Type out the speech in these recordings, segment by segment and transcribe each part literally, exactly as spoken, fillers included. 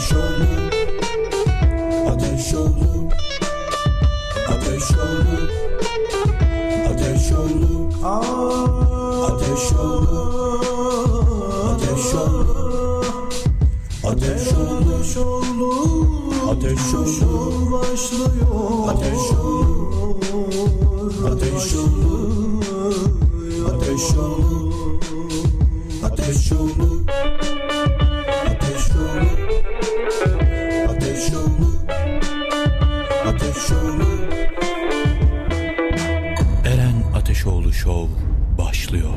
Ateşoğlu, Ateşoğlu, Ateşoğlu, Ateşoğlu, Ateşoğlu, Ateşoğlu, Ateşoğlu, Ateşoğlu başlıyor. Ateşoğlu, Ateşoğlu, Ateşoğlu, Ateşoğlu, Ateşoğlu, Ateşoğlu, Ateşoğlu. Eren Ateşoğlu Show başlıyor.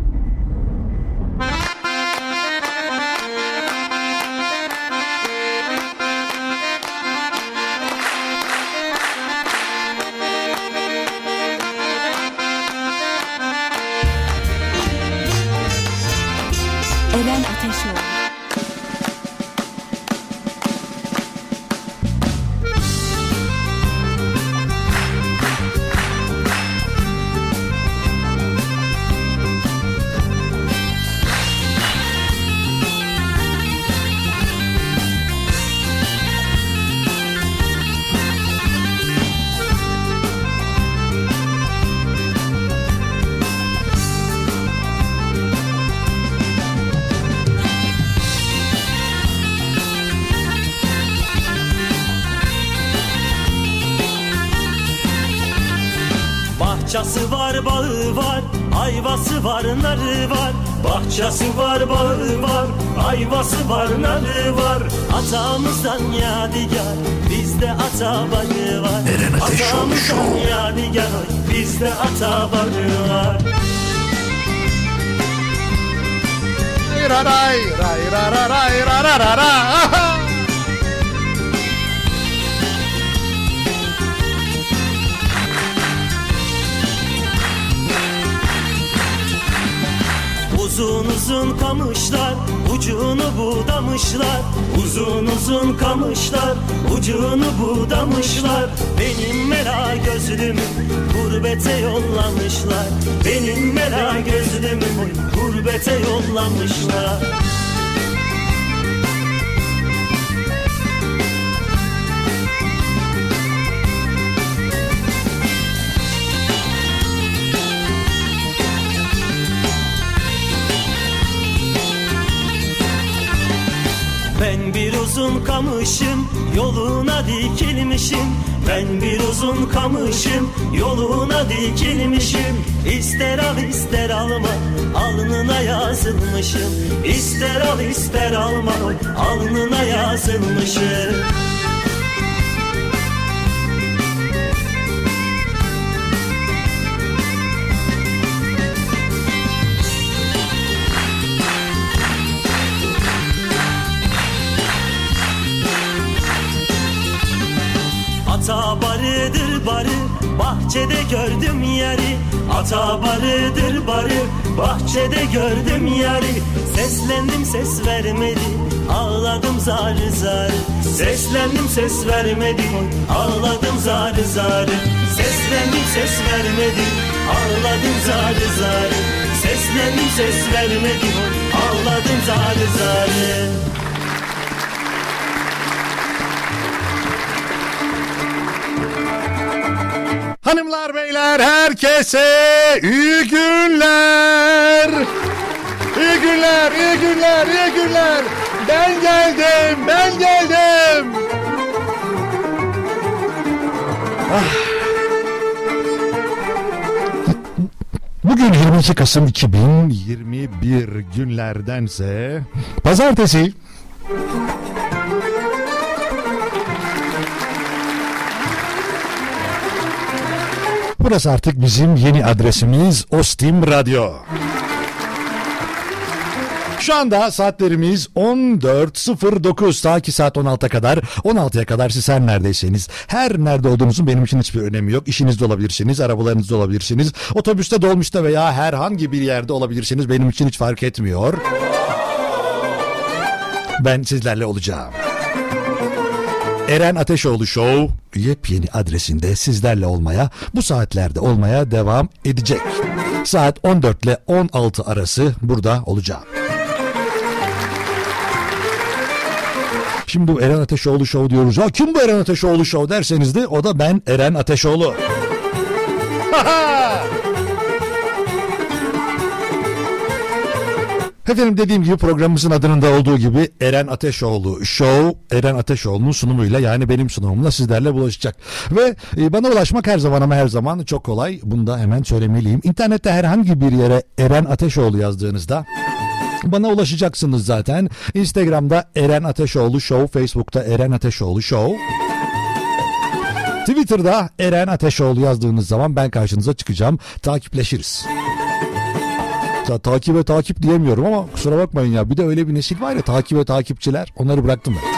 Eren Ateşoğlu. Bahçesi var, bağı var, ayvası var, narı var. Bahçesi var, bağı var, ayvası var, narı var. Atamızdan yadigar, bizde ata bağı var. Atamızdan yadigar, bizde ata bağı var. Ray ray ray ray ray ray ray. Uzun uzun kamışlar, ucunu budamışlar. Uzun uzun kamışlar, ucunu budamışlar. Benim mela gözlümü gurbete yollamışlar. Benim mela gözlümü gurbete yollamışlar. Ben bir uzun kamışım, yoluna dikilmişim. Ben bir uzun kamışım, yoluna dikilmişim. İster al ister alma, alnına yazılmışım. İster al ister alma, alnına yazılmışım. Ata barıdır barı, bahçede gördüm yeri. Ata barıdır barı, bahçede gördüm yeri. Seslendim ses vermedi, ağladım zarı zarı. Seslendim ses vermedi, ağladım zarı zarı. Seslendim ses vermedi, ağladım zarı zarı. Seslendim ses vermedi, ağladım zarı zarı. Hanımlar beyler herkese iyi günler. İyi günler, iyi günler, iyi günler. Ben geldim, ben geldim. Ah. Bugün yirmi iki Kasım iki bin yirmi bir günlerdense pazartesi. Burası artık bizim yeni adresimiz Ostim Radyo. Şu anda saatlerimiz on dört sıfır dokuz, ta ki saat on altıya kadar. on altıya kadar siz her neredeyseniz, her nerede olduğunuzun benim için hiçbir önemi yok. İşinizde olabilirsiniz, arabalarınızda olabilirsiniz, otobüste, dolmuşta veya herhangi bir yerde olabilirsiniz. Benim için hiç fark etmiyor. Ben sizlerle olacağım. Eren Ateşoğlu Show yepyeni adresinde sizlerle olmaya, bu saatlerde olmaya devam edecek. Saat on dört ile on altı arası burada olacağım. şimdi bu Eren Ateşoğlu Show diyoruz. Ya kim bu Eren Ateşoğlu Show derseniz de o da ben Eren Ateşoğlu. Efendim dediğim gibi programımızın adının da olduğu gibi Eren Ateşoğlu Show, Eren Ateşoğlu'nun sunumuyla yani benim sunumumla sizlerle buluşacak. Ve bana ulaşmak her zaman ama her zaman çok kolay. Bunu da hemen söylemeliyim. İnternette herhangi bir yere Eren Ateşoğlu yazdığınızda bana ulaşacaksınız zaten. Instagram'da Eren Ateşoğlu Show, Facebook'ta Eren Ateşoğlu Show. Twitter'da Eren Ateşoğlu yazdığınız zaman ben karşınıza çıkacağım. Takipleşiriz. Ta takip ve takip diyemiyorum ama kusura bakmayın ya. Bir de öyle bir nesil var ya, takip ve takipçiler. Onları bıraktım ben.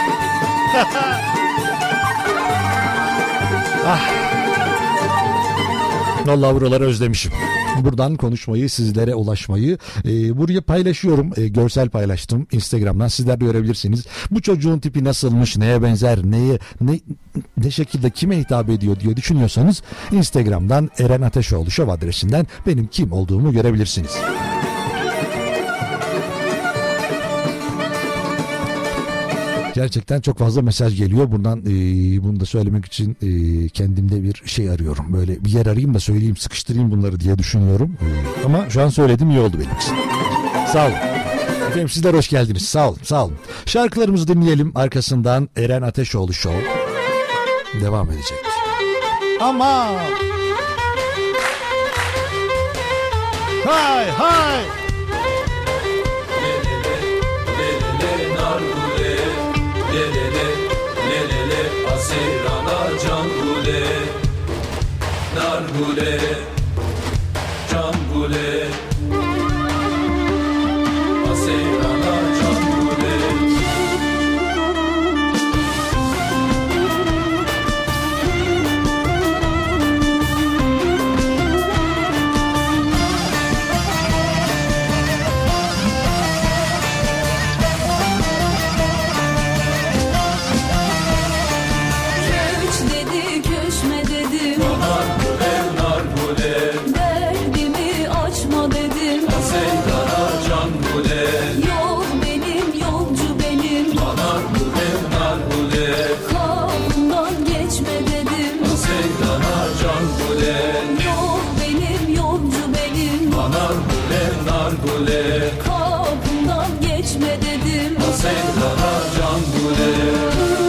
Ah. Vallahi buraları özlemişim. Buradan konuşmayı, sizlere ulaşmayı, e, buraya paylaşıyorum. E, görsel paylaştım Instagram'dan. Sizler de görebilirsiniz. Bu çocuğun tipi nasılmış, neye benzer, neye, ne, ne şekilde kime hitap ediyor diye düşünüyorsanız Instagram'dan Eren Ateşoğlu Show adresinden benim kim olduğumu görebilirsiniz. Gerçekten çok fazla mesaj geliyor. Buradan e, bunu da söylemek için e, kendimde bir şey arıyorum. Böyle bir yer arayayım da söyleyeyim, sıkıştırayım bunları diye düşünüyorum. E, ama şu an söyledim, iyi oldu benim için. Sağ olun. Efendim sizler hoş geldiniz. Sağ olun, sağ olun. Şarkılarımızı dinleyelim. Arkasından Eren Ateşoğlu Show devam edecek. Ama hay hay. Asirana cangule, nargule, cangule, asirana cangule. Kapından geçme dedim. Sevdana cangule.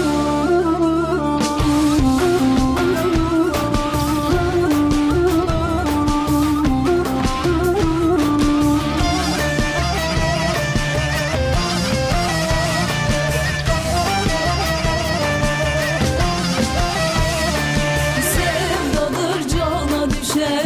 Sevdadır cana düşer.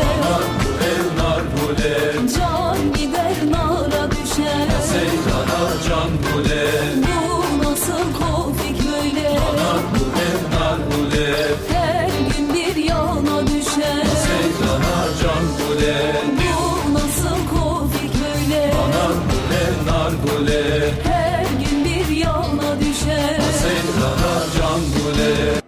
Can gider nara düşer. Sevdana cangule. Bu nasıl kofik böyle? Nargule. Her gün bir yana düşer. Sevdana cangule. Bu nasıl kofik böyle? Nargule. Her gün bir yana düşer. Sevdana cangule.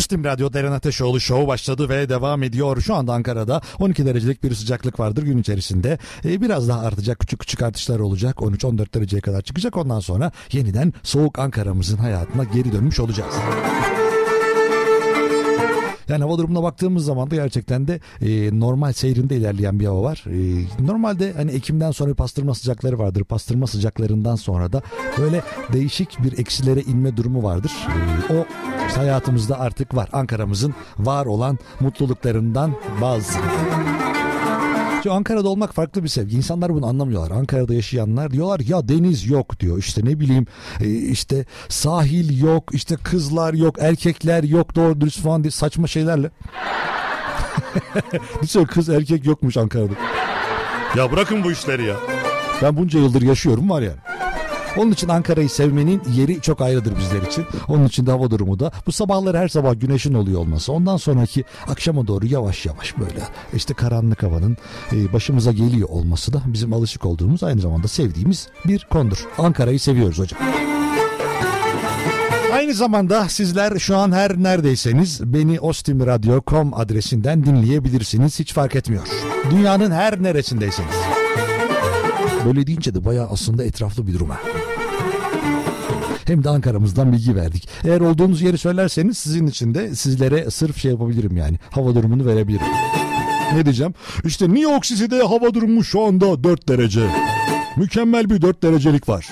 Ostim Radyo'da Eren Ateşoğlu Show başladı ve devam ediyor. Şu anda Ankara'da on iki derecelik bir sıcaklık vardır gün içerisinde. Ee, biraz daha artacak, küçük küçük artışlar olacak. on üç on dört dereceye kadar çıkacak. Ondan sonra yeniden soğuk Ankara'mızın hayatına geri dönmüş olacağız. Yani hava durumuna baktığımız zaman da gerçekten de e, normal seyrinde ilerleyen bir hava var. E, normalde hani Ekim'den sonra bir pastırma sıcakları vardır. Pastırma sıcaklarından sonra da böyle değişik bir eksilere inme durumu vardır. E, o hayatımızda artık var. Ankara'mızın var olan mutluluklarından bazı. Çünkü Ankara'da olmak farklı bir sevgi. İnsanlar bunu anlamıyorlar. Ankara'da yaşayanlar diyorlar ya deniz yok diyor. İşte ne bileyim işte sahil yok, işte kızlar yok, erkekler yok doğru dürüst falan diye saçma şeylerle. Düşünsene kız erkek yokmuş Ankara'da. Ya bırakın bu işleri ya. Ben bunca yıldır yaşıyorum var yani. Onun için Ankara'yı sevmenin yeri çok ayrıdır bizler için. Onun için de hava durumu da bu sabahları her sabah güneşin oluyor olması. Ondan sonraki akşama doğru yavaş yavaş böyle işte karanlık havanın başımıza geliyor olması da bizim alışık olduğumuz aynı zamanda sevdiğimiz bir konudur. Ankara'yı seviyoruz hocam. Aynı zamanda sizler şu an her neredeyseniz beni ostimradyo nokta com adresinden dinleyebilirsiniz. Hiç fark etmiyor. Dünyanın her neresindeyseniz. Böyle deyince de bayağı aslında etraflı bir durum ha. Hem de Ankara'mızdan bilgi verdik. Eğer olduğunuz yeri söylerseniz sizin için de sizlere sırf şey yapabilirim yani. Hava durumunu verebilirim. Ne diyeceğim? İşte New York City'de hava durumu şu anda dört derece. Mükemmel bir dört derecelik var.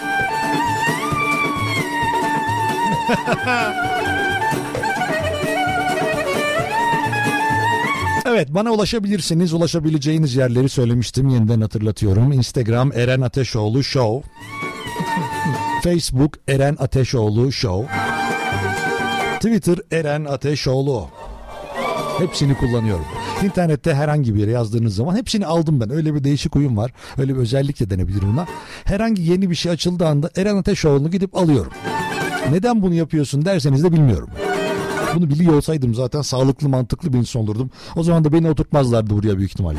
Evet, bana ulaşabilirsiniz. Ulaşabileceğiniz yerleri söylemiştim. Yeniden hatırlatıyorum. Instagram Eren Ateşoğlu Show. Facebook Eren Ateşoğlu Show. Twitter Eren Ateşoğlu. Hepsini kullanıyorum. İnternette herhangi bir yere yazdığınız zaman hepsini aldım ben. Öyle bir değişik uyum var. Öyle bir özellik de denebilir buna. Herhangi yeni bir şey açıldığı anda Eren Ateşoğlu'nu gidip alıyorum. Neden bunu yapıyorsun derseniz de bilmiyorum. Bunu biliyor olsaydım zaten sağlıklı mantıklı bir insan olurdum. O zaman da beni oturtmazlardı buraya büyük ihtimalle.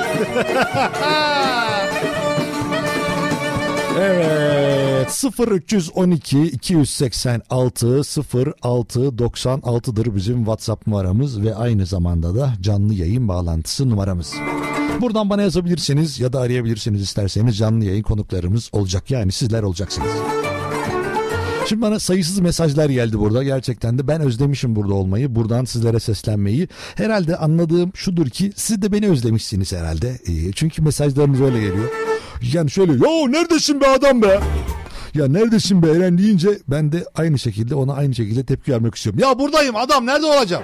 Evet, sıfır üç on iki iki seksen altı sıfır altı doksan altı'dır bizim WhatsApp numaramız ve aynı zamanda da canlı yayın bağlantısı numaramız. Buradan bana yazabilirsiniz ya da arayabilirsiniz isterseniz. Canlı yayın konuklarımız olacak, yani sizler olacaksınız. Şimdi bana sayısız mesajlar geldi burada. Gerçekten de ben özlemişim burada olmayı. Buradan sizlere seslenmeyi. Herhalde anladığım şudur ki siz de beni özlemişsiniz herhalde. Çünkü mesajlarınız öyle geliyor. Yani şöyle, ya neredesin be adam be? Ya neredesin be Eren deyince ben de aynı şekilde ona aynı şekilde tepki vermek istiyorum. Ya buradayım adam, nerede olacağım?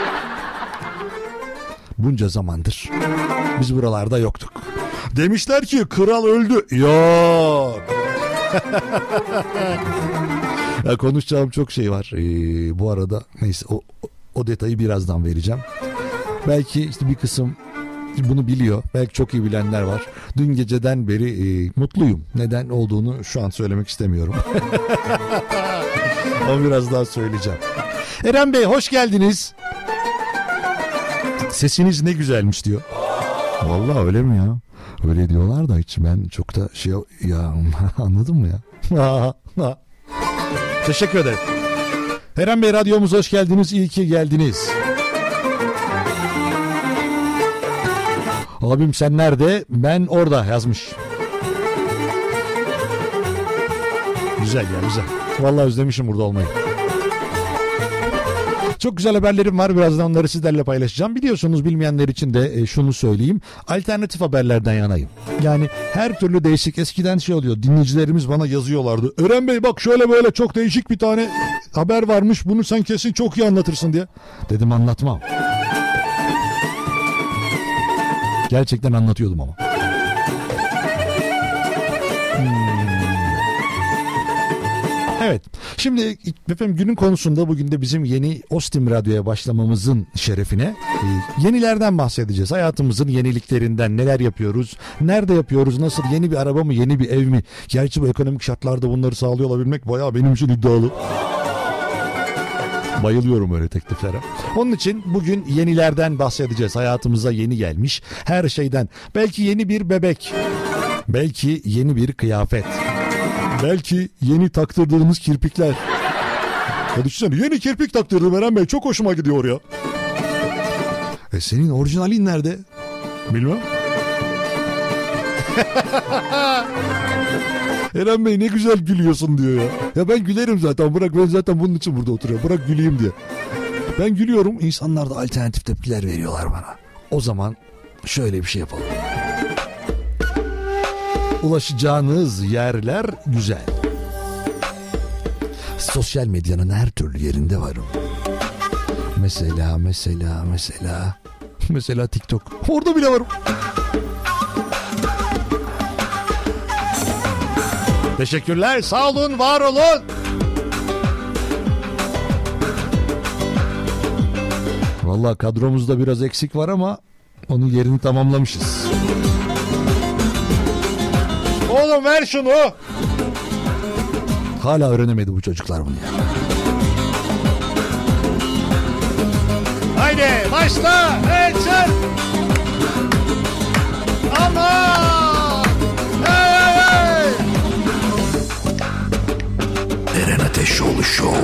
Bunca zamandır biz buralarda yoktuk. Demişler ki kral öldü. Yok. Ya konuşacağım çok şey var. Ee, bu arada neyse o, o detayı birazdan vereceğim. Belki işte bir kısım bunu biliyor. Belki çok iyi bilenler var. Dün geceden beri e, mutluyum. Neden olduğunu şu an söylemek istemiyorum. Ama biraz daha söyleyeceğim. Eren Bey hoş geldiniz. Sesiniz ne güzelmiş diyor. Vallahi öyle mi ya? Öyle diyorlar da hiç ben çok da şey ya anladın mı ya? Teşekkür ederim. Eren Bey radyomuza hoş geldiniz. İyi ki geldiniz. Abim sen nerede? Ben orada yazmış. Güzel ya güzel. Vallahi özlemişim burada olmayı. Çok güzel haberlerim var. Birazdan onları sizlerle paylaşacağım. Biliyorsunuz bilmeyenler için de şunu söyleyeyim. Alternatif haberlerden yanayım. Yani her türlü değişik eskiden şey oluyor. Dinleyicilerimiz bana yazıyorlardı. Eren Bey bak şöyle böyle çok değişik bir tane haber varmış. Bunu sen kesin çok iyi anlatırsın diye. Dedim anlatmam. Gerçekten anlatıyordum ama. Evet. Şimdi efendim günün konusunda bugün de bizim yeni Ostim Radyo'ya başlamamızın şerefine e, yenilerden bahsedeceğiz. Hayatımızın yeniliklerinden neler yapıyoruz, nerede yapıyoruz, nasıl, yeni bir araba mı, yeni bir ev mi? Gerçi bu ekonomik şartlarda bunları sağlıyor olabilmek bayağı benim için iddialı. Bayılıyorum öyle tekliflere. Onun için bugün yenilerden bahsedeceğiz. Hayatımıza yeni gelmiş her şeyden. Belki yeni bir bebek, belki yeni bir kıyafet, belki yeni taktırdığımız kirpikler. Ya düşünsene, yeni kirpik taktırdım Eren Bey, çok hoşuma gidiyor ya. E senin orijinalin nerede? Bilmem. Eren Bey ne güzel gülüyorsun diyor ya. Ya ben gülerim zaten, bırak, ben zaten bunun için burada oturuyorum. Bırak güleyim diye. Ben gülüyorum, insanlar da alternatif tepkiler veriyorlar bana. O zaman şöyle bir şey yapalım. Ulaşacağınız yerler güzel. Sosyal medyanın her türlü yerinde varım. Mesela mesela mesela mesela TikTok. Orada bile varım. Teşekkürler, sağ olun, var olun. Vallahi kadromuzda biraz eksik var ama onun yerini tamamlamışız. Oğlum ver şunu. Hala öğrenemedi bu çocuklar bunu ya. Haydi başla. Evet sen. Ama. Hey hey hey. Eren Ateşoğlu Show.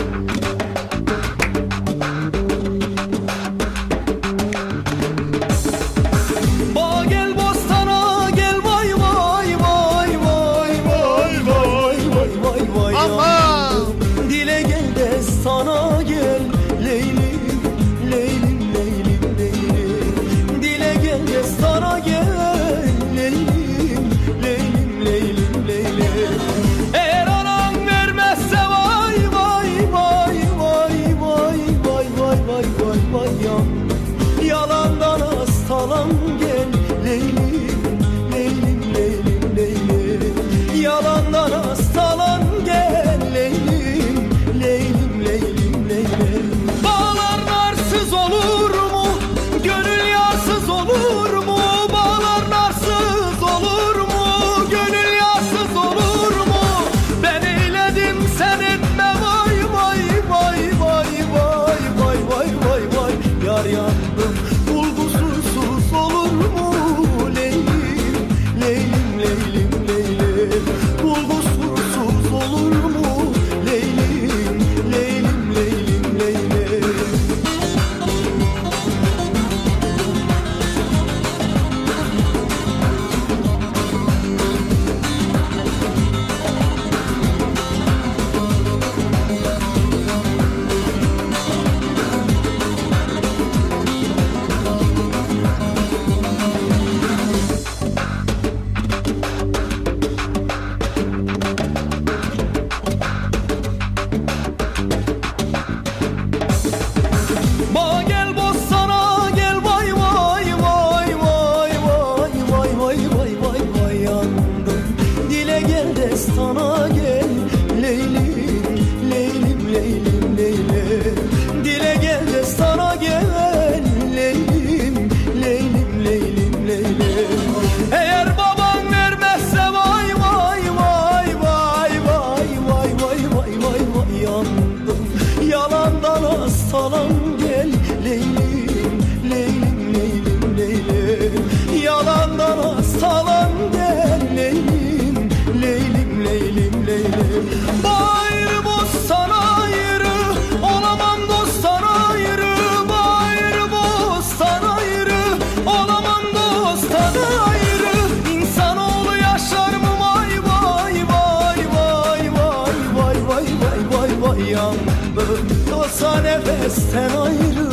Nefesten ayrı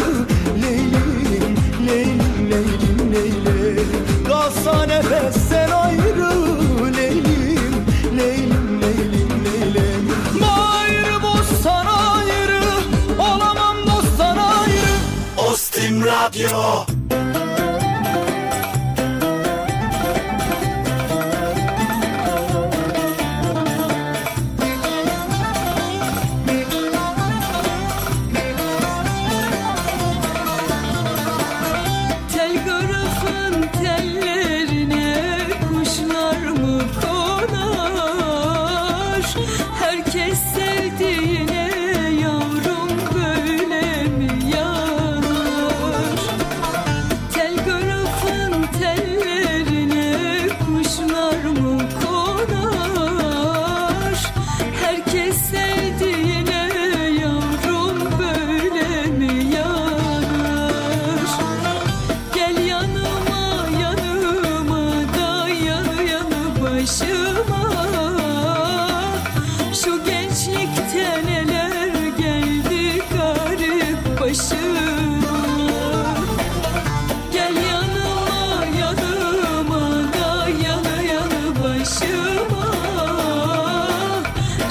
Leylim, Leylim, Leylim, Leylim. Kalsa nefesten ayrı Leylim, Leylim, Leylim, Leylim. Ayrı bozsan ayrı, olamam dosttan ayrı. Ostim Radyo. Herkes sevdiğine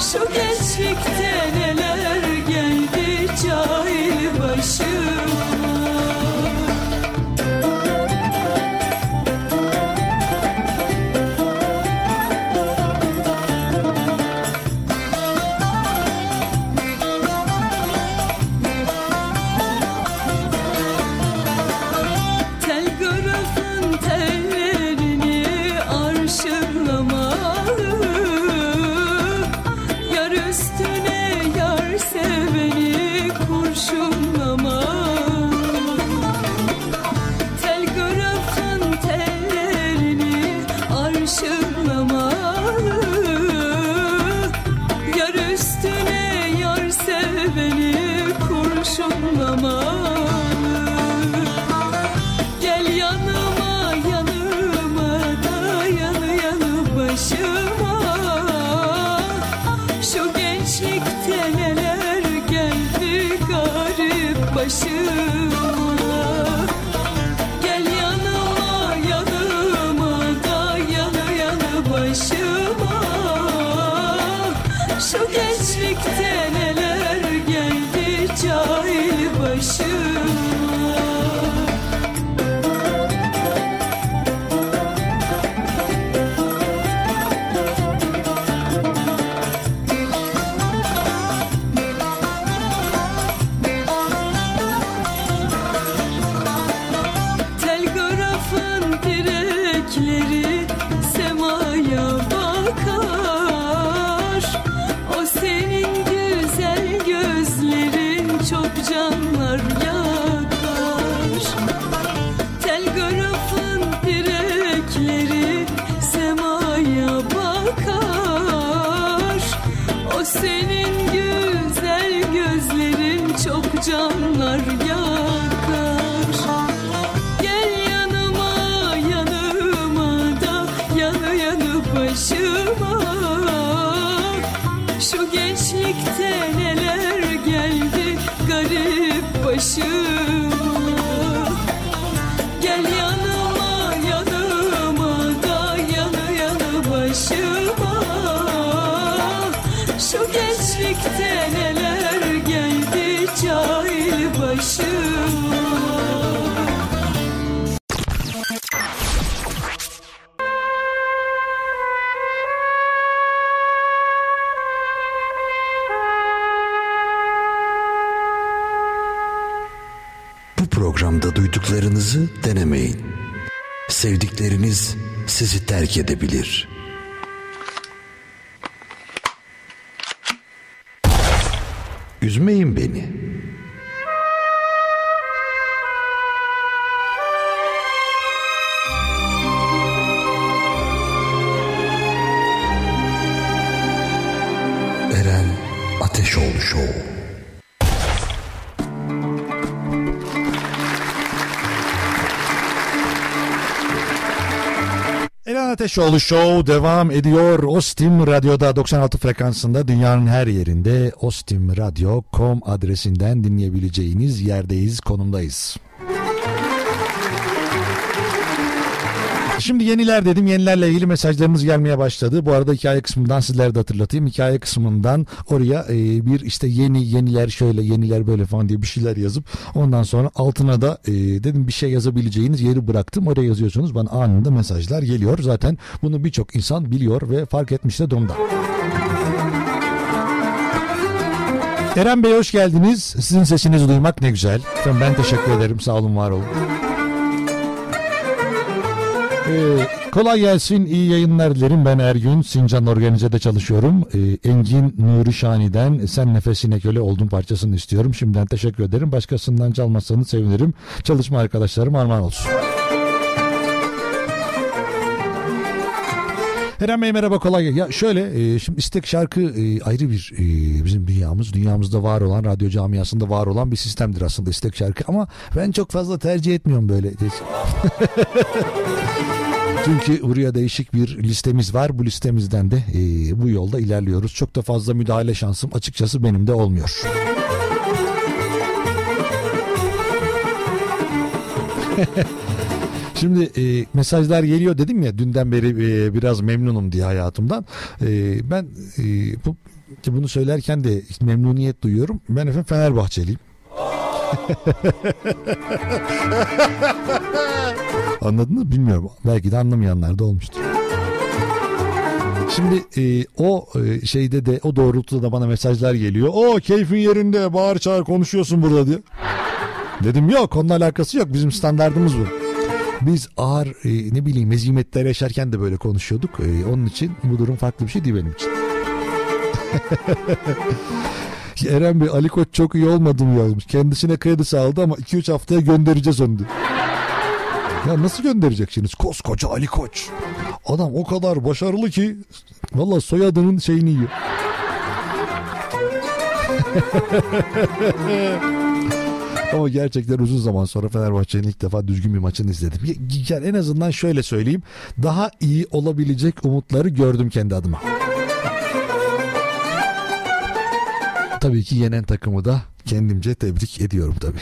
Şu gençlikte neler geldi cahil başıma. Telgrafın tellerini arşınlamalı, yar üstüne yar seveni kurşunlamalı. Telgrafın tellerini arşınlamalı, yar üstüne yar seveni kurşunlamalı. Gel yanıma yanıma da yanı yanı başıma. Şu gençlikte neler geldi garip başıma. Gel yanıma yanıma da yanı yanı başıma. Şu gençlikte neler geldi cahil başıma. Telgrafın direkleri semaya bakar. O senin güzel gözlerin çok canlar yakar. Telgrafın direkleri semaya bakar. O senin güzel gözlerin çok canlar yakar. Gel yanıma yanıma da yanı yanı başıma. Şu gençlikte neler geldi garip başıma. Gel yanıma yanıma da yanı yanı başıma. Şu gençlikte neler geldi cahil başıma. Bu programda duyduklarınızı denemeyin. Sevdikleriniz sizi terk edebilir. Üzmeyin beni. Eren Ateşoğlu Show. Eren Ateşoğlu Show devam ediyor. Ostim Radyo'da doksan altı frekansında dünyanın her yerinde ostimradyo nokta com adresinden dinleyebileceğiniz yerdeyiz, konumdayız. Şimdi yeniler dedim. Yenilerle ilgili mesajlarımız gelmeye başladı. Bu arada hikaye kısmından sizlere de hatırlatayım. Hikaye kısmından oraya e, bir işte yeni yeniler şöyle yeniler böyle falan diye bir şeyler yazıp ondan sonra altına da e, dedim bir şey yazabileceğiniz yeri bıraktım. Oraya yazıyorsunuz. Bana anında mesajlar geliyor. Zaten bunu birçok insan biliyor ve fark etmiş de durumda. Eren Bey hoş geldiniz. Sizin sesinizi duymak ne güzel. Ben teşekkür ederim. Sağ olun, var olun. Ee, kolay gelsin, iyi yayınlar dilerim. Ben Ergün, Sincan Organize'de çalışıyorum. Ee, Engin Nuri Şani'den Sen Nefesine Köle Oldun parçasını istiyorum. Şimdiden teşekkür ederim. Başkasından çalmazsanız sevinirim. Çalışma arkadaşlarım armağan olsun. Eren Bey merhaba, kolay gelsin. Ya şöyle e, şimdi istek şarkı e, ayrı bir e, bizim dünyamız, dünyamızda var olan, radyo camiasında var olan bir sistemdir aslında istek şarkı, ama ben çok fazla tercih etmiyorum böyle. Çünkü buraya değişik bir listemiz var. Bu listemizden de e, bu yolda ilerliyoruz. Çok da fazla müdahale şansım açıkçası benim de olmuyor. Şimdi e, mesajlar geliyor dedim ya dünden beri e, biraz memnunum diye hayatımdan. E, ben e, bu, bunu söylerken de memnuniyet duyuyorum. Ben efendim Fenerbahçeliyim. Anladınız mı bilmiyorum. Belki de anlamayanlar da olmuştur. Şimdi e, o e, şeyde de o doğrultuda da bana mesajlar geliyor. O keyfin yerinde bağır çağır konuşuyorsun burada diye. Dedim yok onunla alakası yok. Bizim standardımız bu. Biz ağır e, ne bileyim mezimetler yaşarken de böyle konuşuyorduk. E, onun için bu durum farklı bir şey değil benim için. Eren Bey Ali Koç çok iyi olmadı mı yazmış. Kendisine kredi sağladı ama iki üç haftaya göndereceğiz onu diyor. Ya nasıl göndereceksiniz? Koskoca Ali Koç. Adam o kadar başarılı ki vallahi soyadının şeyini yiyor. Ama gerçekten uzun zaman sonra Fenerbahçe'nin ilk defa düzgün bir maçını izledim. Yani en azından şöyle söyleyeyim. Daha iyi olabilecek umutları gördüm kendi adıma. Tabii ki yenen takımı da kendimce tebrik ediyorum tabii.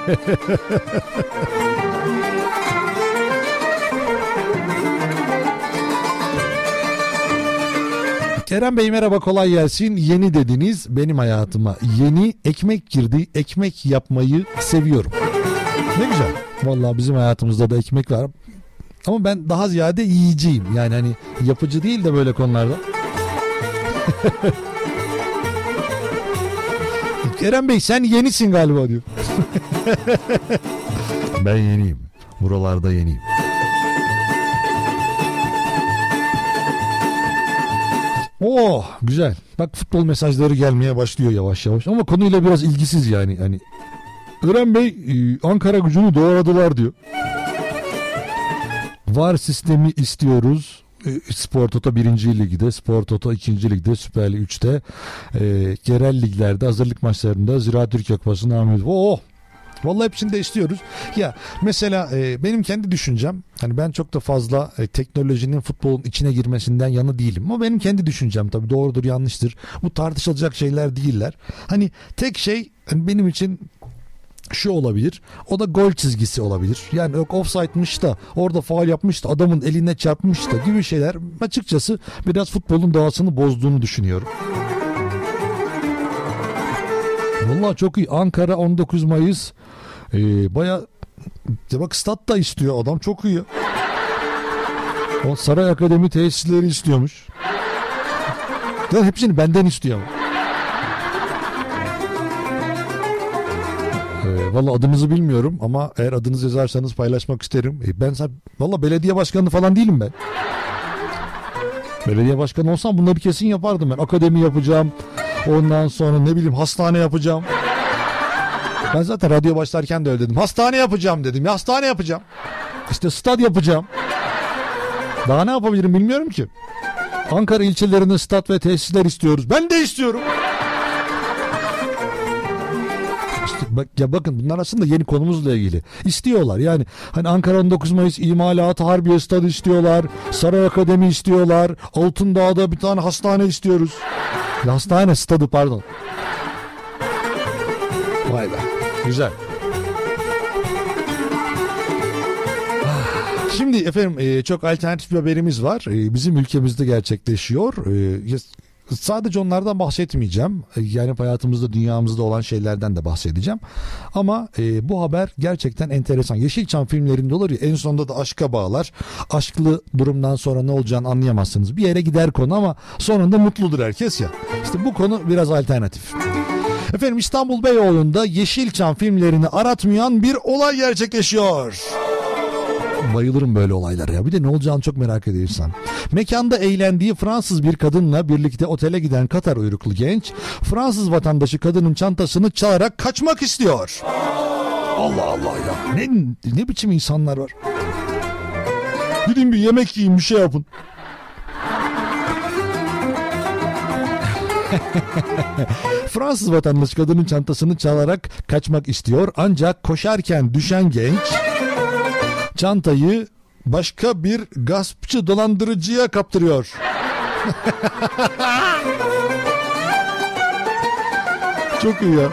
Eren Bey merhaba kolay gelsin. Yeni dediniz benim hayatıma. Yeni ekmek girdi. Ekmek yapmayı seviyorum. Ne güzel. Vallahi bizim hayatımızda da ekmek var. Ama ben daha ziyade yiyiciyim. Yani hani yapıcı değil de böyle konularda. Eren Bey sen yenisin galiba diyor. Ben yeniyim. Buralarda yeniyim. Oh güzel. Bak futbol mesajları gelmeye başlıyor yavaş yavaş. Ama konuyla biraz ilgisiz yani. Hani Eren Bey Ankara Gücü'nü doğradılar diyor. VAR sistemi istiyoruz. Spor Toto birinci Lig'de, Spor Toto ikinci Lig'de, Süper Lig üçte, e, yerel liglerde, hazırlık maçlarında, Ziraat Türkiye Kupası'nda Ahmet. Oh! Vallahi hepsini de istiyoruz. Ya mesela e, benim kendi düşüncem, hani ben çok da fazla e, teknolojinin futbolun içine girmesinden yana değilim. Ama benim kendi düşüncem tabii doğrudur yanlıştır. Bu tartışılacak şeyler değiller. Hani tek şey hani benim için şu olabilir. O da gol çizgisi olabilir. Yani yok offside'mış da orada faul yapmış da adamın eline çarpmış da gibi şeyler açıkçası biraz futbolun doğasını bozduğunu düşünüyorum. Vallahi çok iyi. Ankara on dokuz Mayıs ee, baya bak stat da istiyor adam çok iyi. O Saray Akademi tesisleri istiyormuş. Ya hepsini benden istiyor ama. Ee, Valla adınızı bilmiyorum ama eğer adınızı yazarsanız paylaşmak isterim. Ee, ben valla belediye başkanı falan değilim ben. Belediye başkanı olsam bunları kesin yapardım ben. Akademi yapacağım. Ondan sonra ne bileyim hastane yapacağım. Ben zaten radyo başlarken de öyle dedim. Hastane yapacağım dedim. Ya hastane yapacağım. İşte stad yapacağım. Daha ne yapabilirim bilmiyorum ki. Ankara ilçelerinde stad ve tesisler istiyoruz. Ben de istiyorum. Bak, ya bakın bunlar aslında yeni konumuzla ilgili. İstiyorlar yani hani Ankara on dokuz Mayıs İmalat Harbiye Stadı istiyorlar. Saray Akademi istiyorlar. Altındağ'da bir tane hastane istiyoruz. Ya, hastane stadı pardon. Vay be güzel. Şimdi efendim çok alternatif bir haberimiz var. Bizim ülkemizde gerçekleşiyor. Sadece onlardan bahsetmeyeceğim. Yani hayatımızda, dünyamızda olan şeylerden de bahsedeceğim. Ama e, bu haber gerçekten enteresan. Yeşilçam filmlerinde olur ya en sonunda da aşka bağlar. Aşklı durumdan sonra ne olacağını anlayamazsınız. Bir yere gider konu ama sonunda mutludur herkes ya. İşte bu konu biraz alternatif. Efendim İstanbul Beyoğlu'nda Yeşilçam filmlerini aratmayan bir olay gerçekleşiyor. Bayılırım böyle olaylara ya. Bir de ne olacağını çok merak ediyor insan. Mekanda eğlendiği Fransız bir kadınla birlikte otele giden Katar uyruklu genç, Fransız vatandaşı kadının çantasını çalarak kaçmak istiyor. Allah Allah ya. Ne, ne biçim insanlar var. Gidin bir yemek yiyin, bir şey yapın. Fransız vatandaşı kadının çantasını çalarak kaçmak istiyor. Ancak koşarken düşen genç çantayı başka bir gaspçı dolandırıcıya kaptırıyor. Çok iyi ya.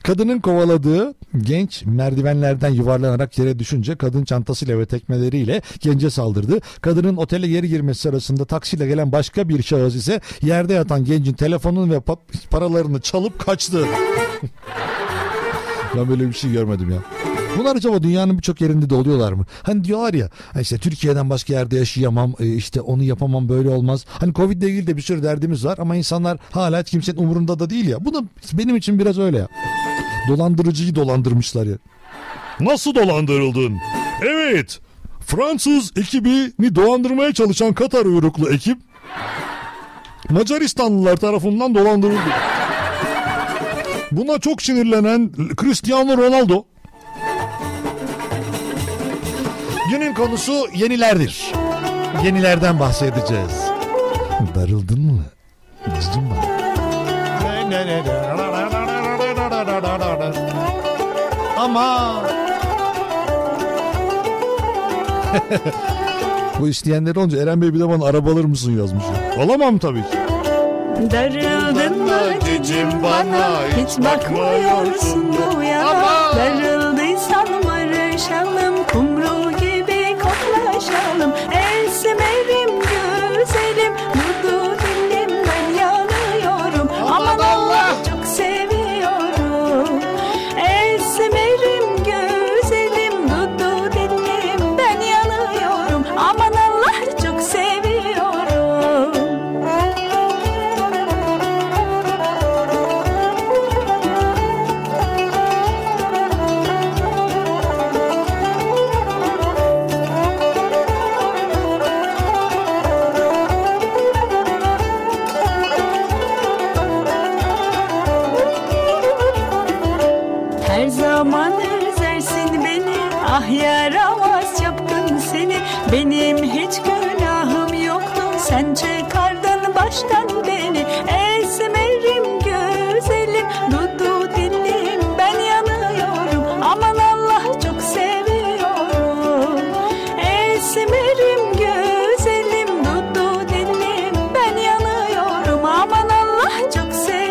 Kadının kovaladığı genç merdivenlerden yuvarlanarak yere düşünce kadın çantasıyla ve tekmeleriyle gence saldırdı. Kadının otele geri girmesi sırasında taksiyle gelen başka bir şahıs ise yerde yatan gencin telefonunu ve pa- paralarını çalıp kaçtı. Ben böyle bir şey görmedim ya. Bunlar acaba dünyanın birçok yerinde de oluyorlar mı? Hani diyorlar ya işte Türkiye'den başka yerde yaşayamam, işte onu yapamam, böyle olmaz. Hani Covid ile ilgili de bir sürü derdimiz var ama insanlar hala kimsenin umurunda da değil ya. Bu da benim için biraz öyle ya. Dolandırıcıyı dolandırmışlar ya. Nasıl dolandırıldın? Evet, Fransız ekibini dolandırmaya çalışan Katar uyruklu ekip Macaristanlılar tarafından dolandırıldı. Buna çok sinirlenen Cristiano Ronaldo, günün konusu yenilerdir. Yenilerden bahsedeceğiz. Darıldın mı? Cicim bana. Ama bu isteyenler olunca Eren Bey bir de bana araba alır mısın yazmış. Alamam tabii ki. Darıldın mı cicim bana, hiç bakmıyorsun bu yana. Darıldıysan barışalım, kumru gibi koklaşalım. Esmerim güzelim, mutlu dilim, ben yanıyorum. Aman Allah, çok seviyorum. Esmerim güzelim, mutlu dilim, ben yanıyorum. Aman Allah, çok seviyorum. Her zaman üzersin beni, ah yaramaz çapkın seni. Benim hiç günahım yoktu, sen çıkardın baştan beni. Esmerim güzelim, dudu dilim, ben yanıyorum. Aman Allah, çok seviyorum. Esmerim güzelim, dudu dilim, ben yanıyorum. Aman Allah, çok seviyorum.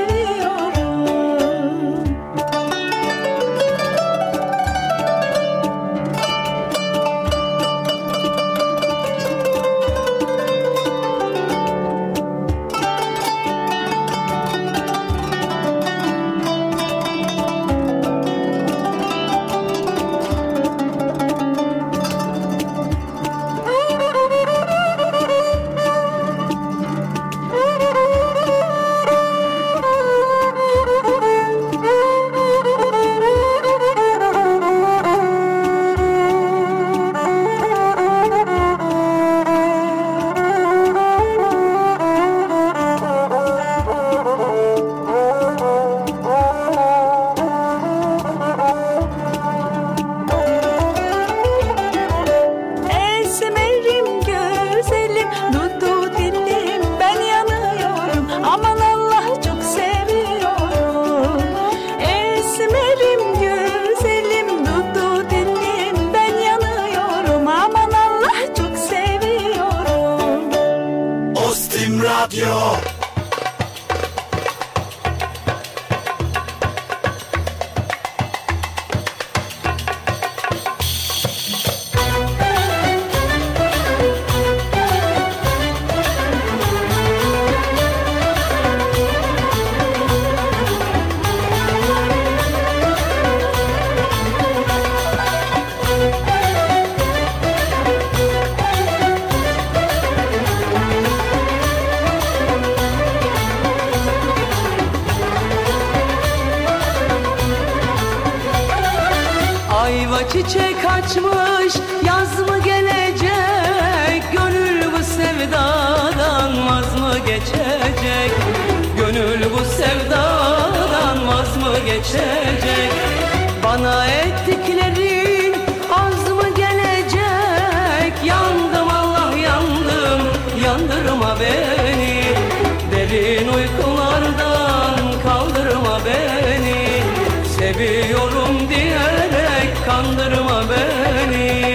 Esmerim güzelim, dudu dilim, ben yanıyorum. Aman Allah, çok seviyorum. Esmerim güzelim, dudu dilim, ben yanıyorum. Aman Allah, çok seviyorum. Ostim Radyo. Ayva çiçek açmış, yaz mı gelecek? Gönül bu sevdadan vaz mı geçecek? Gönül bu sevdadan vaz mı geçecek? Bana ettiklerin az mı gelecek? Yandım Allah, yandım, yandırma beni. Derin uykulardan kaldırma beni. Seviyorum diyerek kandırma beni.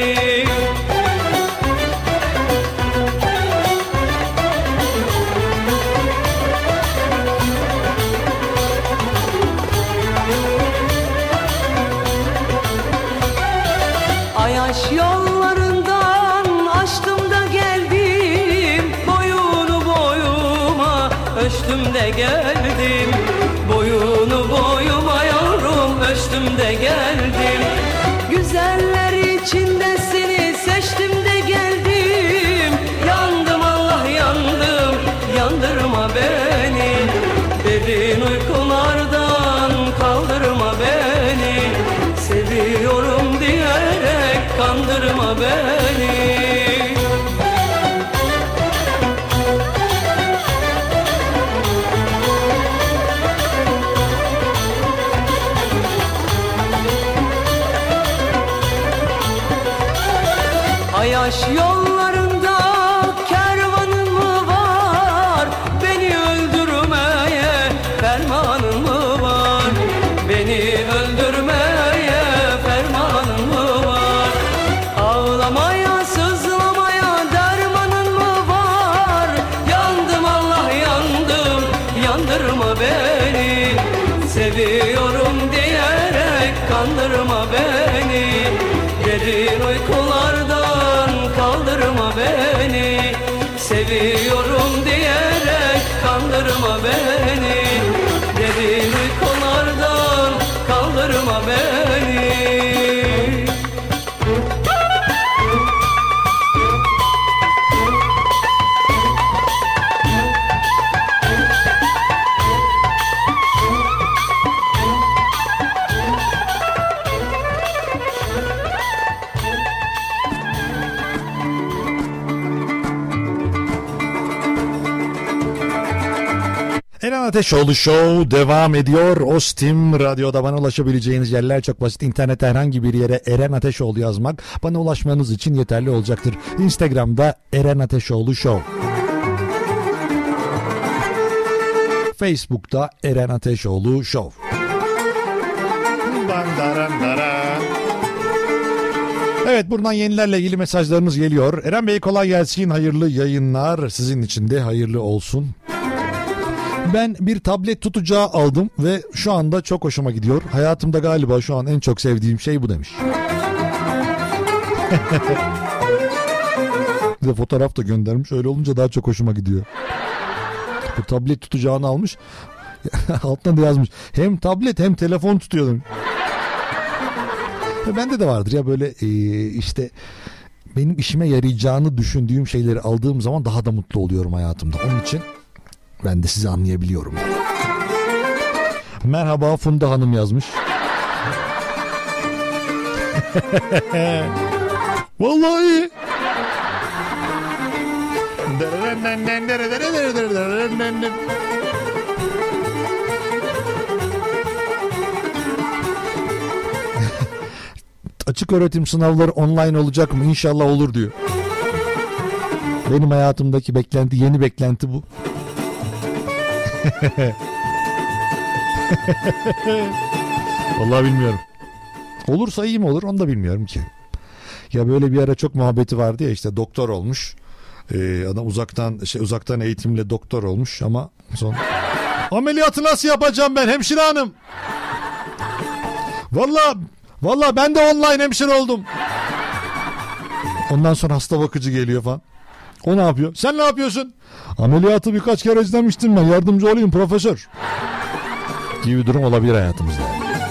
Yollarında kervanın mı var? Beni öldürmeye fermanın mı var? Beni öldürmeye fermanın mı var? Ağlamaya, sızlamaya dermanın mı var? Yandım Allah yandım, yandırma beni. Seviyorum diyerek kandırma beni. Derin uykulardan kaldırma beni. Seviyorum diyerek kandırma beni. Derin uykulardan kaldırma beni. Eren Ateşoğlu Show devam ediyor. Ostim Radyo'da bana ulaşabileceğiniz yerler çok basit. İnternette herhangi bir yere Eren Ateşoğlu yazmak bana ulaşmanız için yeterli olacaktır. Instagram'da Eren Ateşoğlu Show. Facebook'ta Eren Ateşoğlu Show. Evet, buradan yenilerle ilgili mesajlarınız geliyor. Eren Bey kolay gelsin, hayırlı yayınlar. Sizin için de hayırlı olsun. Ben bir tablet tutacağı aldım ve şu anda çok hoşuma gidiyor. Hayatımda galiba şu an en çok sevdiğim şey bu demiş. Bir de fotoğraf da göndermiş. Öyle olunca daha çok hoşuma gidiyor. Bu tablet tutacağını almış. Altına da yazmış. Hem tablet hem telefon tutuyordum. Bende de vardır ya böyle e, işte benim işime yarayacağını düşündüğüm şeyleri aldığım zaman daha da mutlu oluyorum hayatımda. Onun için ben de sizi anlayabiliyorum. Merhaba Funda Hanım yazmış. Vallahi. Açık öğretim sınavları online olacak mı? İnşallah olur diyor. Benim hayatımdaki beklenti, yeni beklenti bu. Vallahi bilmiyorum. Olursa iyi mi olur onu da bilmiyorum ki. Ya böyle bir ara çok muhabbeti vardı ya, işte doktor olmuş. Ee, adam uzaktan şey uzaktan eğitimle doktor olmuş ama son ameliyatı nasıl yapacağım ben hemşire hanım? Vallahi vallahi ben de online hemşire oldum. Ondan sonra hasta bakıcı geliyor falan. O ne yapıyor? Sen ne yapıyorsun? Ameliyatı birkaç kere izlemiştim ben. Yardımcı olayım profesör. Gibi bir durum olabilir hayatımızda.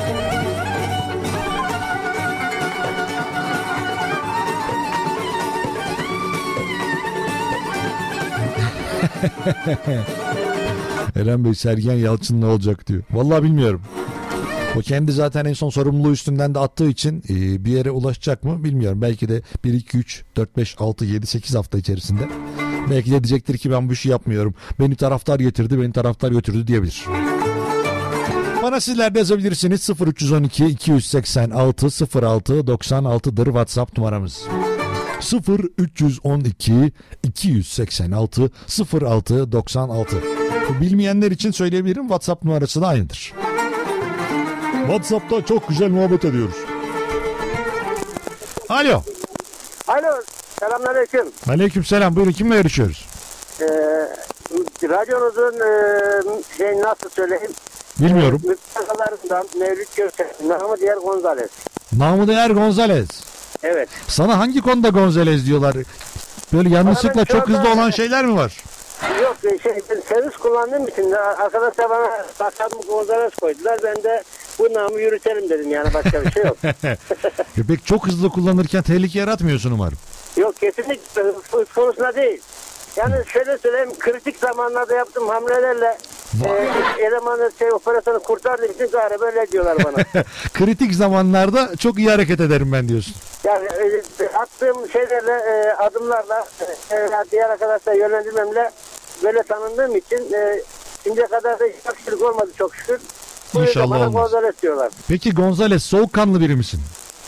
Eren Bey, Sergen Yalçın ne olacak diyor. Vallahi bilmiyorum. O kendi zaten en son sorumluluğu üstünden de attığı için e, bir yere ulaşacak mı bilmiyorum. Belki de bir, iki, üç, dört, beş, altı, yedi, sekiz hafta içerisinde. Belki de diyecektir ki ben bu işi yapmıyorum. Beni taraftar getirdi, beni taraftar götürdü diyebilir. Bana sizler de yazabilirsiniz. sıfır üç on iki iki yüz seksen altı sıfır altı doksan altı'dır WhatsApp numaramız. sıfır üç on iki iki yüz seksen altı sıfır altı doksan altı. Bilmeyenler için söyleyebilirim, WhatsApp numarası da aynıdır. WhatsApp'ta çok güzel muhabbet ediyoruz. Alo. Alo. Selamünaleyküm. Aleykümselam. Buyurun, kimle görüşüyoruz? Ee, radyonuzun e, şey nasıl söyleyeyim? Bilmiyorum. Müftakalarından Mevlüt Göksel, Namı diğer Gonzales. Namı değer Gonzales. Evet. Sana hangi konuda Gonzales diyorlar? Böyle yanlışlıkla çok hızlı olan şeyler mi var? Yok şey, servis kullandığım için arkadaşlar bana bakalım Gonzales koydular. Ben de bu namı yürütelim dedim, yani başka bir şey yok. Peki çok hızlı kullanırken tehlike yaratmıyorsun umarım. Yok, kesinlikle konusunda değil. Yani şöyle söyleyeyim, kritik zamanlarda yaptığım hamlelerle e, elemanı şey, operasyonu kurtardığı için gari böyle diyorlar bana. Kritik zamanlarda çok iyi hareket ederim ben diyorsun. Yani e, attığım şeylerle e, adımlarla e, diğer arkadaşlar yönlendirmemle böyle tanındığım için e, şimdiye kadar da hiç aksilik olmadı çok şükür. Bu İnşallah olmaz. Gonzales diyorlar. Peki Gonzales soğukkanlı biri misin?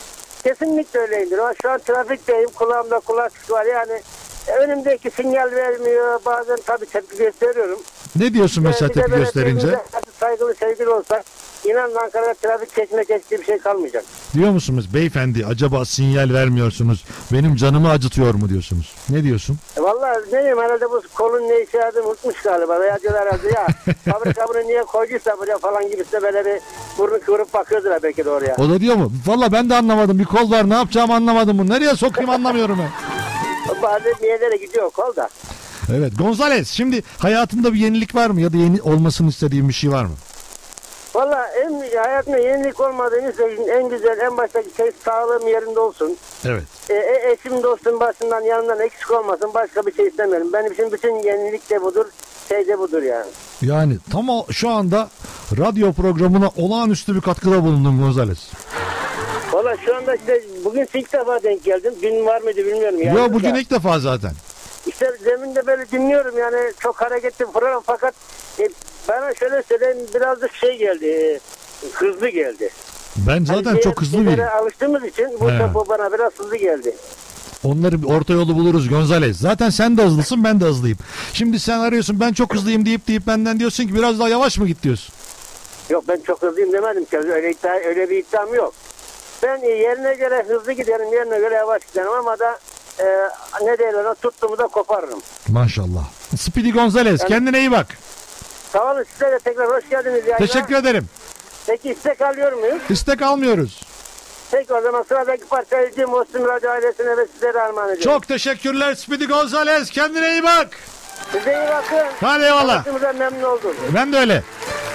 Kesinlikle öyleydir. Ama şu an trafikteyim. Kulağımda kulaklık var. Yani önümdeki sinyal vermiyor. Bazen tabii tepki gösteriyorum. Ne diyorsun mesela Bir de tepki böyle gösterince? birbirimize saygılı sevgili olsak İnanın Ankara'da trafik çekme geçtiği bir şey kalmayacak. Diyor musunuz beyefendi acaba sinyal vermiyorsunuz benim canımı acıtıyor mu diyorsunuz? Ne diyorsun? E vallahi ne diyeyim herhalde bu kolun ne işe yaradığını unutmuş galiba. Veya diyorlar herhalde ya fabrika bunu niye koyduysa buraya falan gibisine böyle bir burnu kıvırıp bakıyordular belki de oraya. O da diyor mu? Valla ben de anlamadım. Bir kol var ne yapacağımı anlamadım bunu. Nereye sokayım anlamıyorum ben. Bazı bir yerlere gidiyor kol da. Evet Gonzales şimdi hayatında bir yenilik var mı ya da yeni olmasını istediğin bir şey var mı? Valla en hayatımda yenilik olmadığını söyleyeyim. En güzel en baştaki şey sağlığım yerinde olsun. Evet. E, e, eşim dostum başından yanından eksik olmasın. Başka bir şey istemiyorum. Benim için bütün yenilik de budur. Şey de budur yani. Yani tam o, şu anda radyo programına olağanüstü bir katkıda bulundun Gonzales. Valla şu anda işte bugün ilk defa denk geldim. Dün var mıydı bilmiyorum. Yani Yo bugün da. ilk defa zaten. İşte zeminde böyle dinliyorum yani çok hareketli program fakat e, bana şöyle söyleyeyim birazcık şey geldi. E, hızlı geldi. Ben zaten hani çok hızlı biriyim. Alıştığımız için bu He. tempo bana biraz hızlı geldi. Onları bir orta yolu buluruz Gonzales. Zaten sen de hızlısın ben de hızlıyım. Şimdi sen arıyorsun ben çok hızlıyım deyip deyip benden diyorsun ki biraz daha yavaş mı git diyorsun. Yok ben çok hızlıyım demedim ki öyle, iddia, öyle bir iddiam yok. Ben e, yerine göre hızlı giderim yerine göre yavaş giderim ama da e, ne derler o tuttuğumu da koparırım. Maşallah. Speedy Gonzales yani, kendine iyi bak. Sağ olun size de tekrar hoş geldiniz. Yayına. Teşekkür ederim. Peki istek alıyor muyuz? İstek almıyoruz. Peki o zaman sıradaki parçayı Cem Ostim Radyo ailesine ve sizlere armağan ediyorum. Çok teşekkürler Speedy Gonzales. Kendine iyi bak. Size iyi bakın. Hadi eyvallah. Tanıştığımıza memnun oldum. Ben de öyle.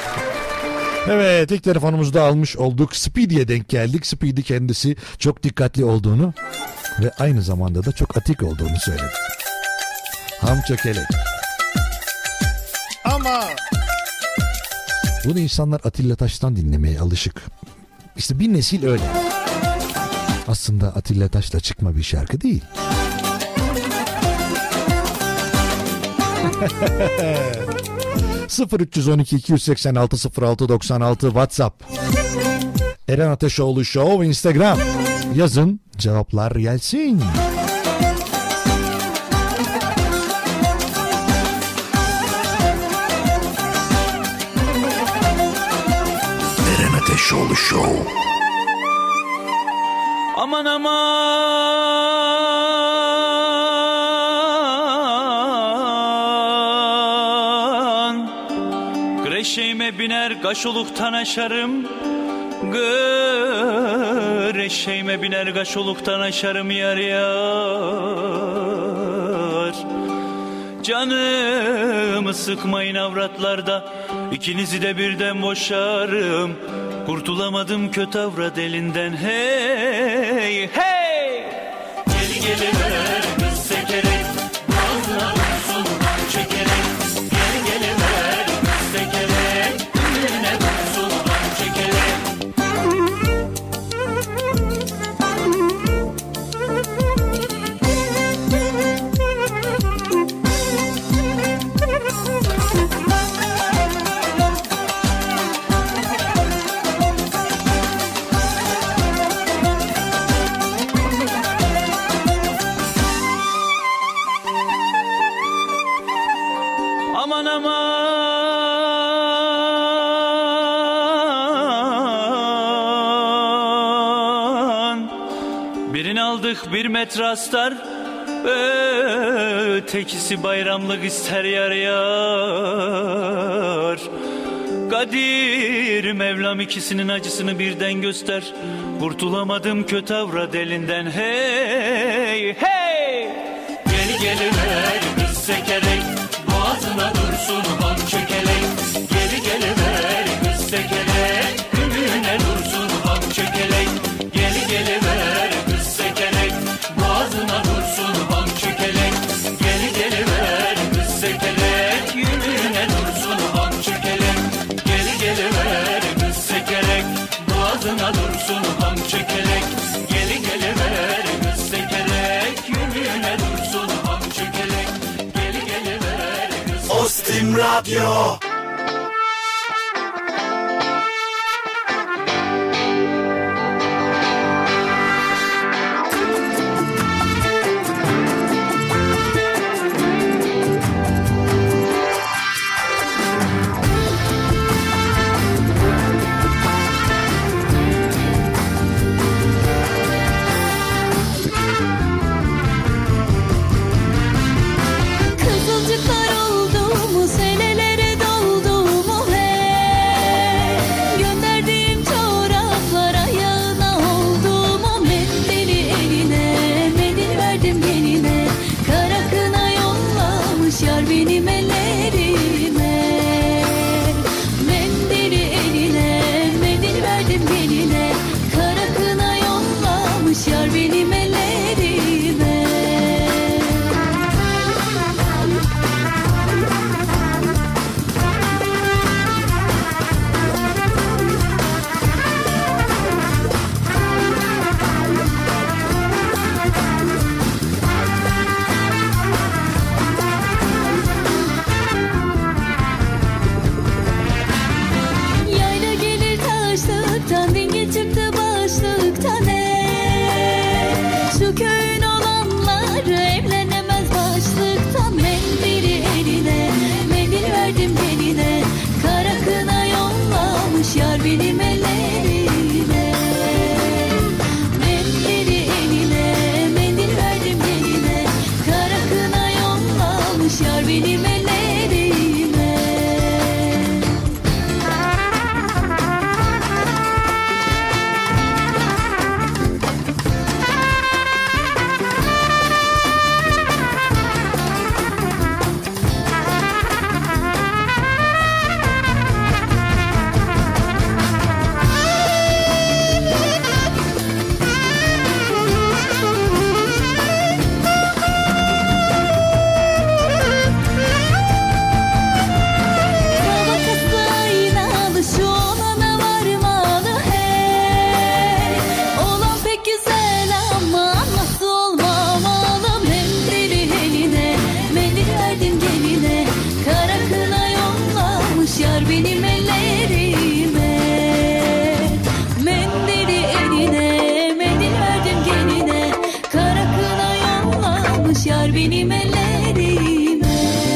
Evet ilk telefonumuzu da almış olduk. Speedy'ye denk geldik. Speedy kendisi çok dikkatli olduğunu ve aynı zamanda da çok atik olduğunu söyledi. Ham çökelek. Ama bunu insanlar Atilla Taş'tan dinlemeye alışık. İşte bir nesil öyle. Aslında Atilla Taş'la çıkma bir şarkı değil. sıfır üç on iki iki yüz seksen altı sıfır altı doksan altı WhatsApp. Eren Ateşoğlu Show Instagram. Yazın cevaplar gelsin. Eren Ateşoğlu Show. Aman aman Greşeğime biner kaşoluktan aşarım Greşeğime biner kaşoluktan aşarım yar yar Canımı sıkmayın avratlarda İkinizi de birden boşarım Kurtulamadım kötü avrat elinden hey hey Gel geliver kız sekerek Boğazına vursun bak çekerek Gel geliver kız sekerek Önüne vursun bak çekerek Aman aman Birini aldık bir metre astar Ötekisi bayramlık ister yar yar Kadir Mevlam ikisinin acısını birden göster Kurtulamadım kötü avrat elinden hey hey Gel geliver kız sekerek Boğazına dursun bak çökelek Geri geliver kız sekerek Ümüne dursun bak çökelek Geri geliver kız sekerek Boğazına dursun bak çökelek Geri geliver kız sekerek Ümüne dursun bak çökelek Geri geliver kız sekerek Boğazına dursun bak çökelek Geri geliver kız sekerek Ümüne dursun bak çökelek Geri geliver Ostim Radyo. yollamış yar benim ellerime.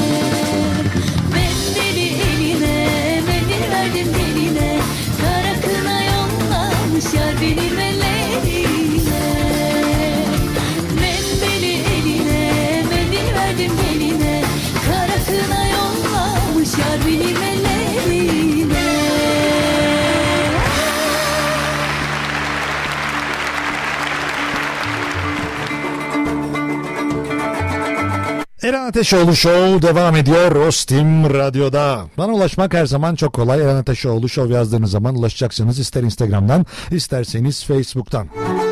Mendili eline, mendil verdim geline, kara kına yollamış yar benim ellerime. Mendili eline, mendil verdim geline, kara kına yollamış yar benim ellerime. Eren Ateşoğlu Show devam ediyor Ostim Radyo'da. Bana ulaşmak her zaman çok kolay. Eren Ateşoğlu Show yazdığınız zaman ulaşacaksınız. İster Instagram'dan, isterseniz Facebook'tan.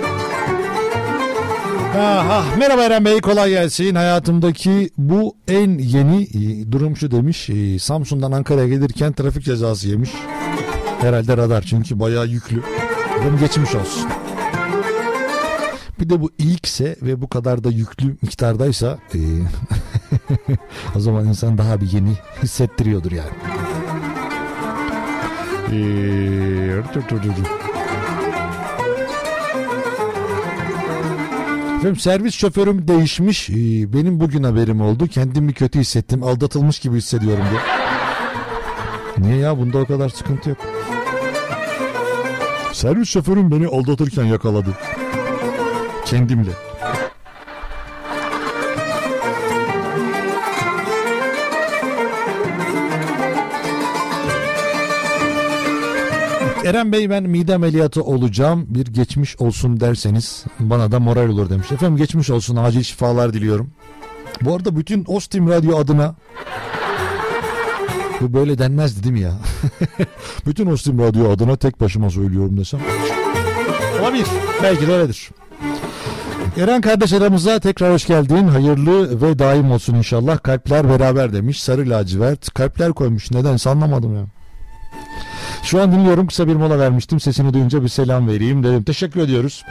Aha, merhaba Eren Bey, kolay gelsin. Hayatımdaki bu en yeni e, durum şu demiş. E, Samsun'dan Ankara'ya gelirken trafik cezası yemiş. Herhalde radar, çünkü bayağı yüklü. Benim geçmiş olsun. Bir de bu ilkse ve bu kadar da yüklü miktardaysa e, o zaman insan daha bir yeni hissettiriyordur yani. Eee Efendim, servis şoförüm değişmiş. Ee, benim bugün haberim oldu. Kendimi kötü hissettim. Aldatılmış gibi hissediyorum diye. Niye ya? Bunda o kadar sıkıntı yok. Servis şoförüm beni aldatırken yakaladı. Kendimle. Eren Bey, ben mide ameliyatı olacağım, bir geçmiş olsun derseniz bana da moral olur demiş. Efendim, geçmiş olsun, acil şifalar diliyorum. Bu arada bütün Ostim Radyo adına, bu böyle denmezdi değil mi ya? Bütün Ostim Radyo adına tek başıma söylüyorum desem. Olabilir, belki de öyledir. Eren kardeş, aramıza tekrar hoş geldin. Hayırlı ve daim olsun inşallah. Kalpler beraber demiş. Sarı lacivert kalpler koymuş. Nedense anlamadım ya. Şu an dinliyorum, kısa bir mola vermiştim. Sesini duyunca bir selam vereyim dedim. Teşekkür ediyoruz.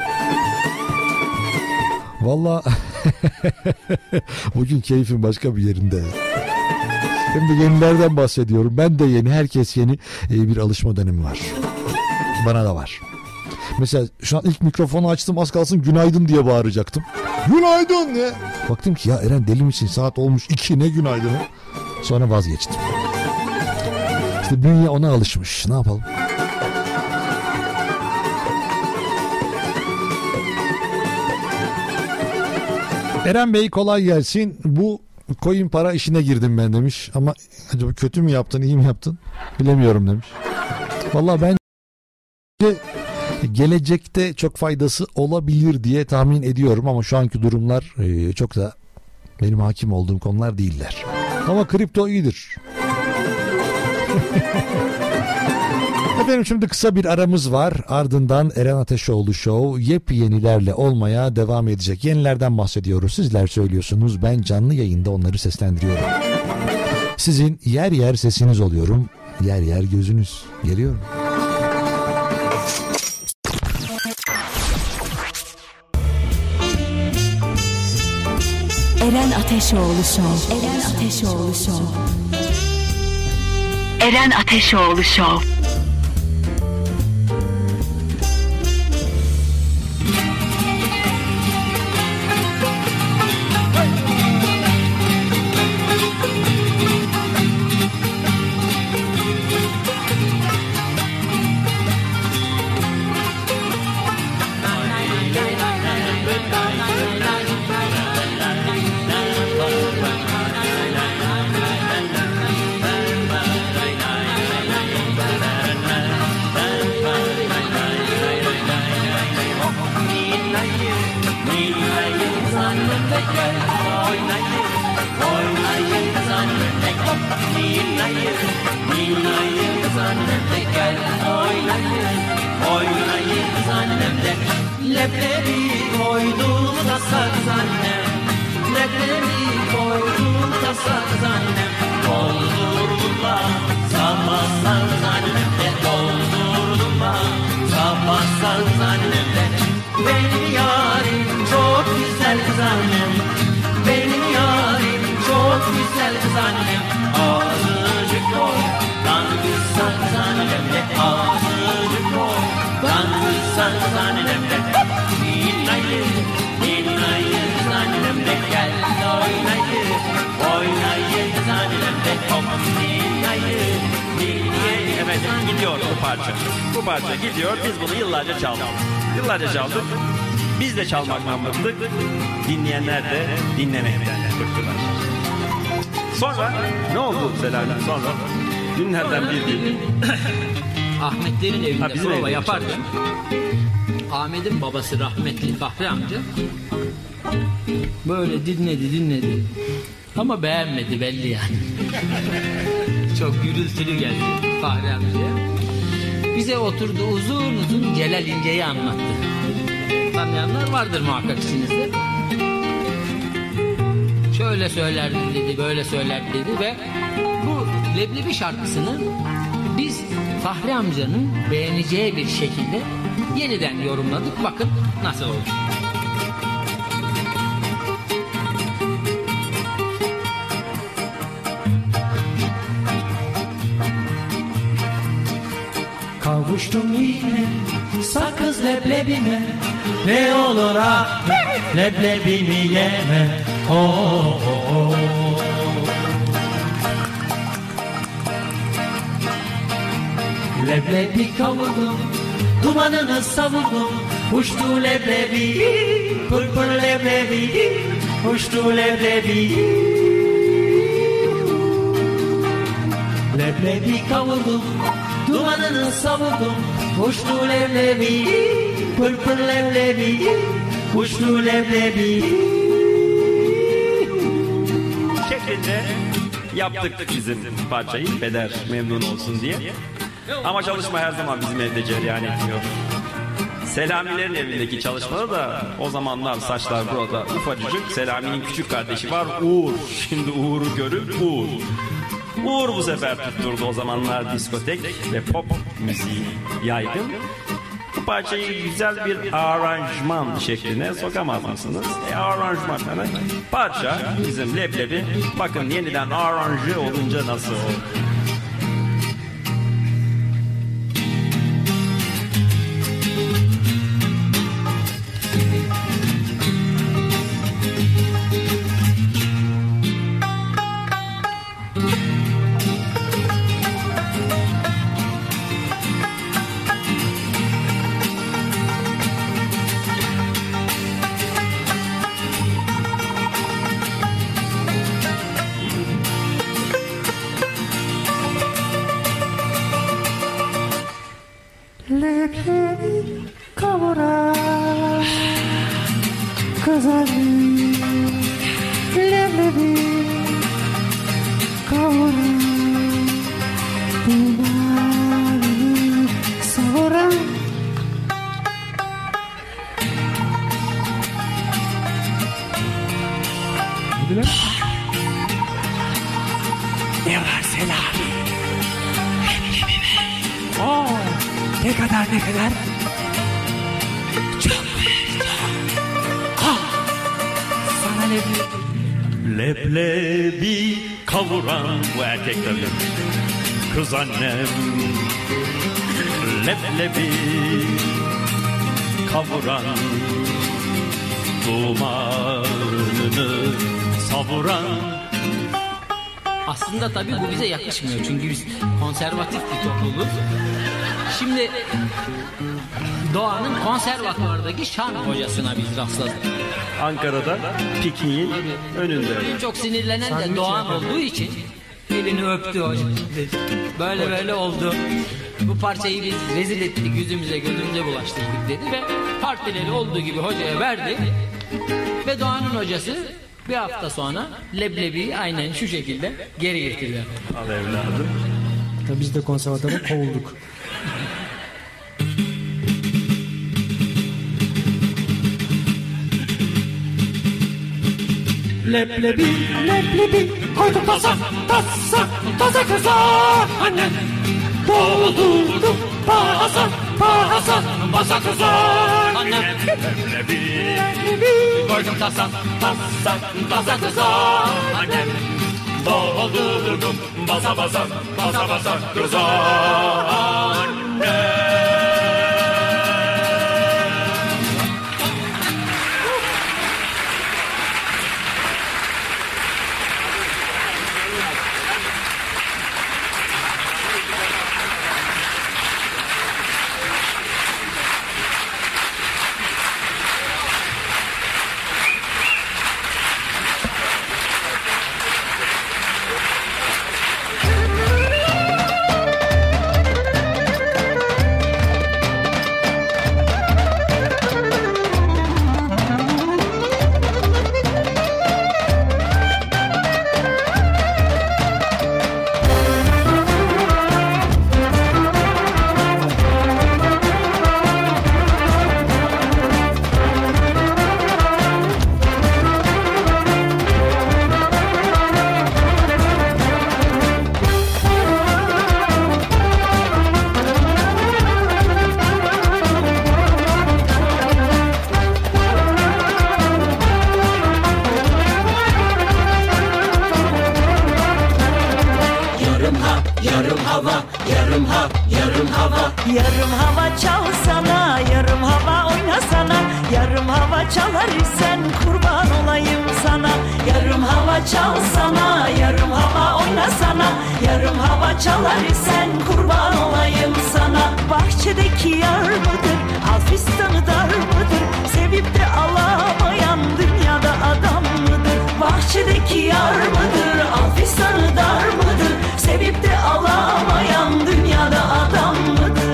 Valla bugün keyfim başka bir yerinde. Hem de yenilerden bahsediyorum. Ben de yeni, herkes yeni. Ee, bir alışma dönemi var. Bana da var. Mesela şu an ilk mikrofonu açtım, az kalsın günaydın diye bağıracaktım. Günaydın ne? Baktım ki ya Eren, deli misin? Saat olmuş iki, ne günaydını? Sonra vazgeçtim. İşte bünye ona alışmış. Ne yapalım? Eren Bey, kolay gelsin. Bu coin para işine girdim ben demiş. Ama acaba kötü mü yaptın, iyi mi yaptın? Bilemiyorum demiş. Vallahi ben gelecekte çok faydası olabilir diye tahmin ediyorum ama şu anki durumlar e, çok da benim hakim olduğum konular değiller. Ama kripto iyidir. Efendim, şimdi kısa bir aramız var. Ardından Eren Ateşoğlu Show yepyenilerle olmaya devam edecek. Yenilerden bahsediyoruz. Sizler söylüyorsunuz. Ben canlı yayında onları seslendiriyorum. Sizin yer yer sesiniz oluyorum. Yer yer gözünüz. Geliyorum. Eren Ateşoğlu Show. Eren Ateşoğlu Show. Eren Ateşoğlu Show. Leblebi koydum da sakız annem, leblebi koydum da sakız annem, doldurdum da sabah sakız annem de, doldurdum da sabah sakız annem de. Benim yarim çok güzel kız annem, benim yarim çok güzel kız annem, azıcık koy dangus sakız annem de, azıcık koy dangus sakız annem de. Dinleyin, dinleyin kız annem de, gel parça. Bu parça gidiyor. Biz bunu yıllarca çaldık. Yıllarca çaldık. Biz de çalmaktan bıktık. Dinleyenler de dinlemekten bıktılar. Sonra ne oldu Selami? Sonra günlerden bir gün Ahmetlerin evinde ha, prova evinde yaparken Ahmet'in babası rahmetli Fahri amca böyle dinledi dinledi ama beğenmedi belli yani. Çok gürültülü geldi Fahri amcaya. Bize oturdu uzun uzun Celal İnce'yi anlattı. Tanıyanlar vardır muhakkak içinizde. Şöyle söylerdi dedi, böyle söylerdi dedi ve bu Leblebi şarkısını biz Fahri amcanın beğeneceği bir şekilde yeniden yorumladık. Bakın nasıl oldu. Kavuştum yine sakız leblebime, ne olur ah leblebimi yeme. Oh, oh, oh. Leblebi kavurdum, dumanını savurdum, uçtu leblebi, pırpır leblebi, uçtu leblebi. Leblebi kavurdum, dumanını savurdum, uçtu leblebi, pırpır leblebi, uçtu leblebi. şeklinde yaptık bizim parçayı, Peder memnun olsun diye. Ama çalışma her zaman bizim evde cereyan etmiyor. Selamilerin evindeki çalışmada da o zamanlar saçlar burada ufacıcık. Selami'nin küçük kardeşi var Uğur. Şimdi Uğur'u görüp Uğur. Uğur bu sefer tutturdu, o zamanlar diskotek ve pop müziği yaygın. Bu parçayı güzel bir aranjman şekline sokamaz mısınız? E aranjman demek. Parça bizim Leblebi. Bakın yeniden aranje olunca nasıl oldu? Leblebi kavuran kızarım, leblebi kavuran dumanını savuran. Ne var Selami? Oo, ne kadar ne kadar? Çok ha, sana leblebi. Leblebi kavuran bu erkek tabii. Kız annem. Leblebi kavuran, dumanını savuran. Aslında tabii bu bize yakışmıyor çünkü biz konservatif bir topluluğuz. Şimdi Doğan'ın konservatuvardaki şan hocasına biz rastladık. Ankara'da pikniğin önünde. En çok sinirlenen de Doğan olduğu için elini öptü hocam. Böyle böyle oldu. Bu parçayı biz rezil ettik, yüzümüze gözümüze bulaştırdık dedi ve partileri olduğu gibi hocaya verdi. Ve Doğan'ın hocası bir hafta sonra Leblebi'yi aynen şu şekilde geri getirdiler. Al evladım. Tabii biz de konservatuara kovulduk. Leblebi, leblebi koydum tasa, tasa, tasa kıza annem. Doldurdum pahasa, pahasa, basa kıza annem. Leblebi, leblebi koydum tasa, tasa, tasa kıza annem. doldurdum basa basa, basa basa kıza annem. hava, yarım ha, yarım hava. Yarım hava çalsana, yarım hava oynasana. Yarım hava çalar isen kurban olayım sana. Yarım hava çalsana, yarım hava oynasana. Yarım hava çalar isen kurban olayım sana. Bahçedeki yar mıdır, al fistanı dar mıdır? Sevip de alamayan dünyada adam mıdır? Bahçedeki yar mıdır, al fistanı dar mıdır? Sevip de alamayan dünyada adam mıdır?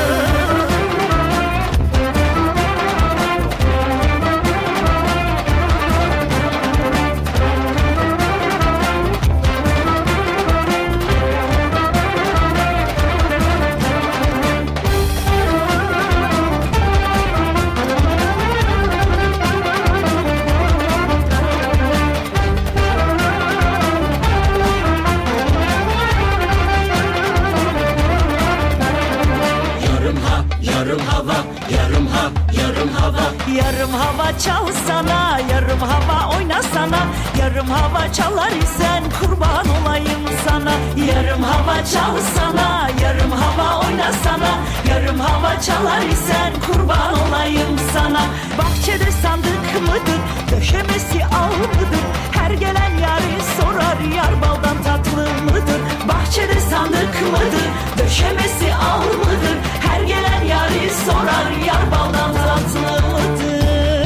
Yarım hava, yarım ha, yarım hava. Yarım hava çalsana, yarım hava oynasana. Yarım hava çalar isen kurban olayım sana. Yarım hava çalsana, yarım hava oynasana. Yarım hava çalar isen kurban olayım sana. Bahçede sandık mıdır, döşemesi al mıdır? Her gelen yari sorar, yar baldan tatlı mıdır? Bahçede sandık mıdır, döşemesi al mıdır? Her gelen yari sorar, yar baldan tatlı mıdır?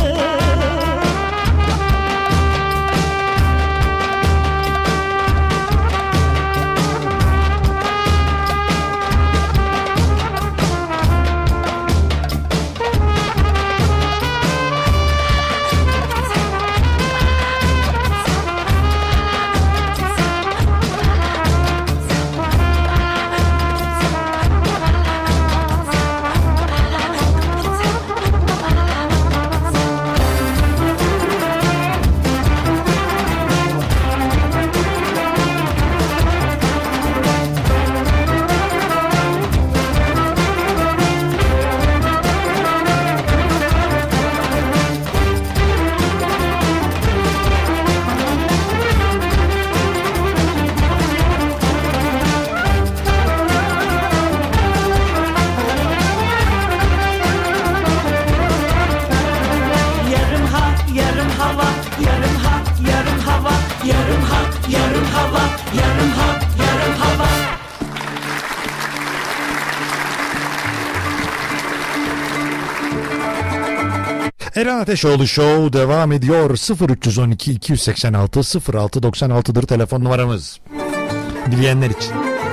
Eren Ateşoğlu Show devam ediyor. sıfır üç on iki iki seksen altı sıfır altı doksan altı'dır telefon numaramız. Dileyenler için.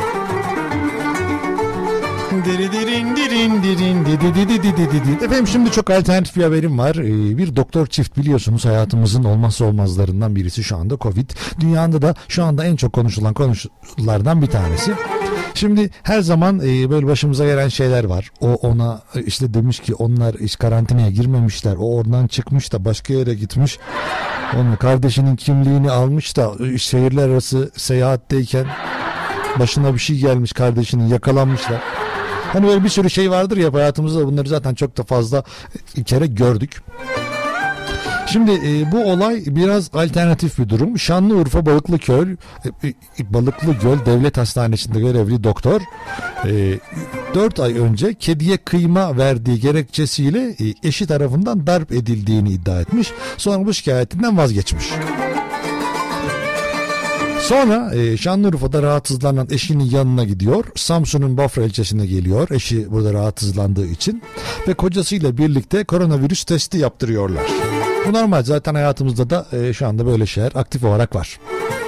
Efendim şimdi çok alternatif bir haberim var. Bir doktor çift biliyorsunuz hayatımızın olmazsa olmazlarından birisi şu anda Covid. Dünyada da şu anda en çok konuşulan konulardan bir tanesi. Şimdi her zaman e, böyle başımıza gelen şeyler var. O ona işte demiş ki onlar iş karantinaya girmemişler. O oradan çıkmış da başka yere gitmiş. Onun kardeşinin kimliğini almış da şehirler arası seyahatteyken başına bir şey gelmiş, kardeşinin yakalanmışlar. Hani böyle bir sürü şey vardır ya hayatımızda, bunları zaten çok da fazla kere gördük. Şimdi e, bu olay biraz alternatif bir durum. Şanlıurfa Balıklıgöl e, Balıklıgöl Devlet Hastanesi'nde görevli doktor e, dört ay önce kediye kıyma verdiği gerekçesiyle e, eşi tarafından darp edildiğini iddia etmiş. Sonra bu şikayetinden vazgeçmiş. Sonra e, Şanlıurfa'da rahatsızlanan eşinin yanına gidiyor. Samsun'un Bafra ilçesine geliyor. Eşi burada rahatsızlandığı için. Ve kocasıyla birlikte koronavirüs testi yaptırıyorlar. Bu normal, zaten hayatımızda da e, şu anda böyle şeyler aktif olarak var.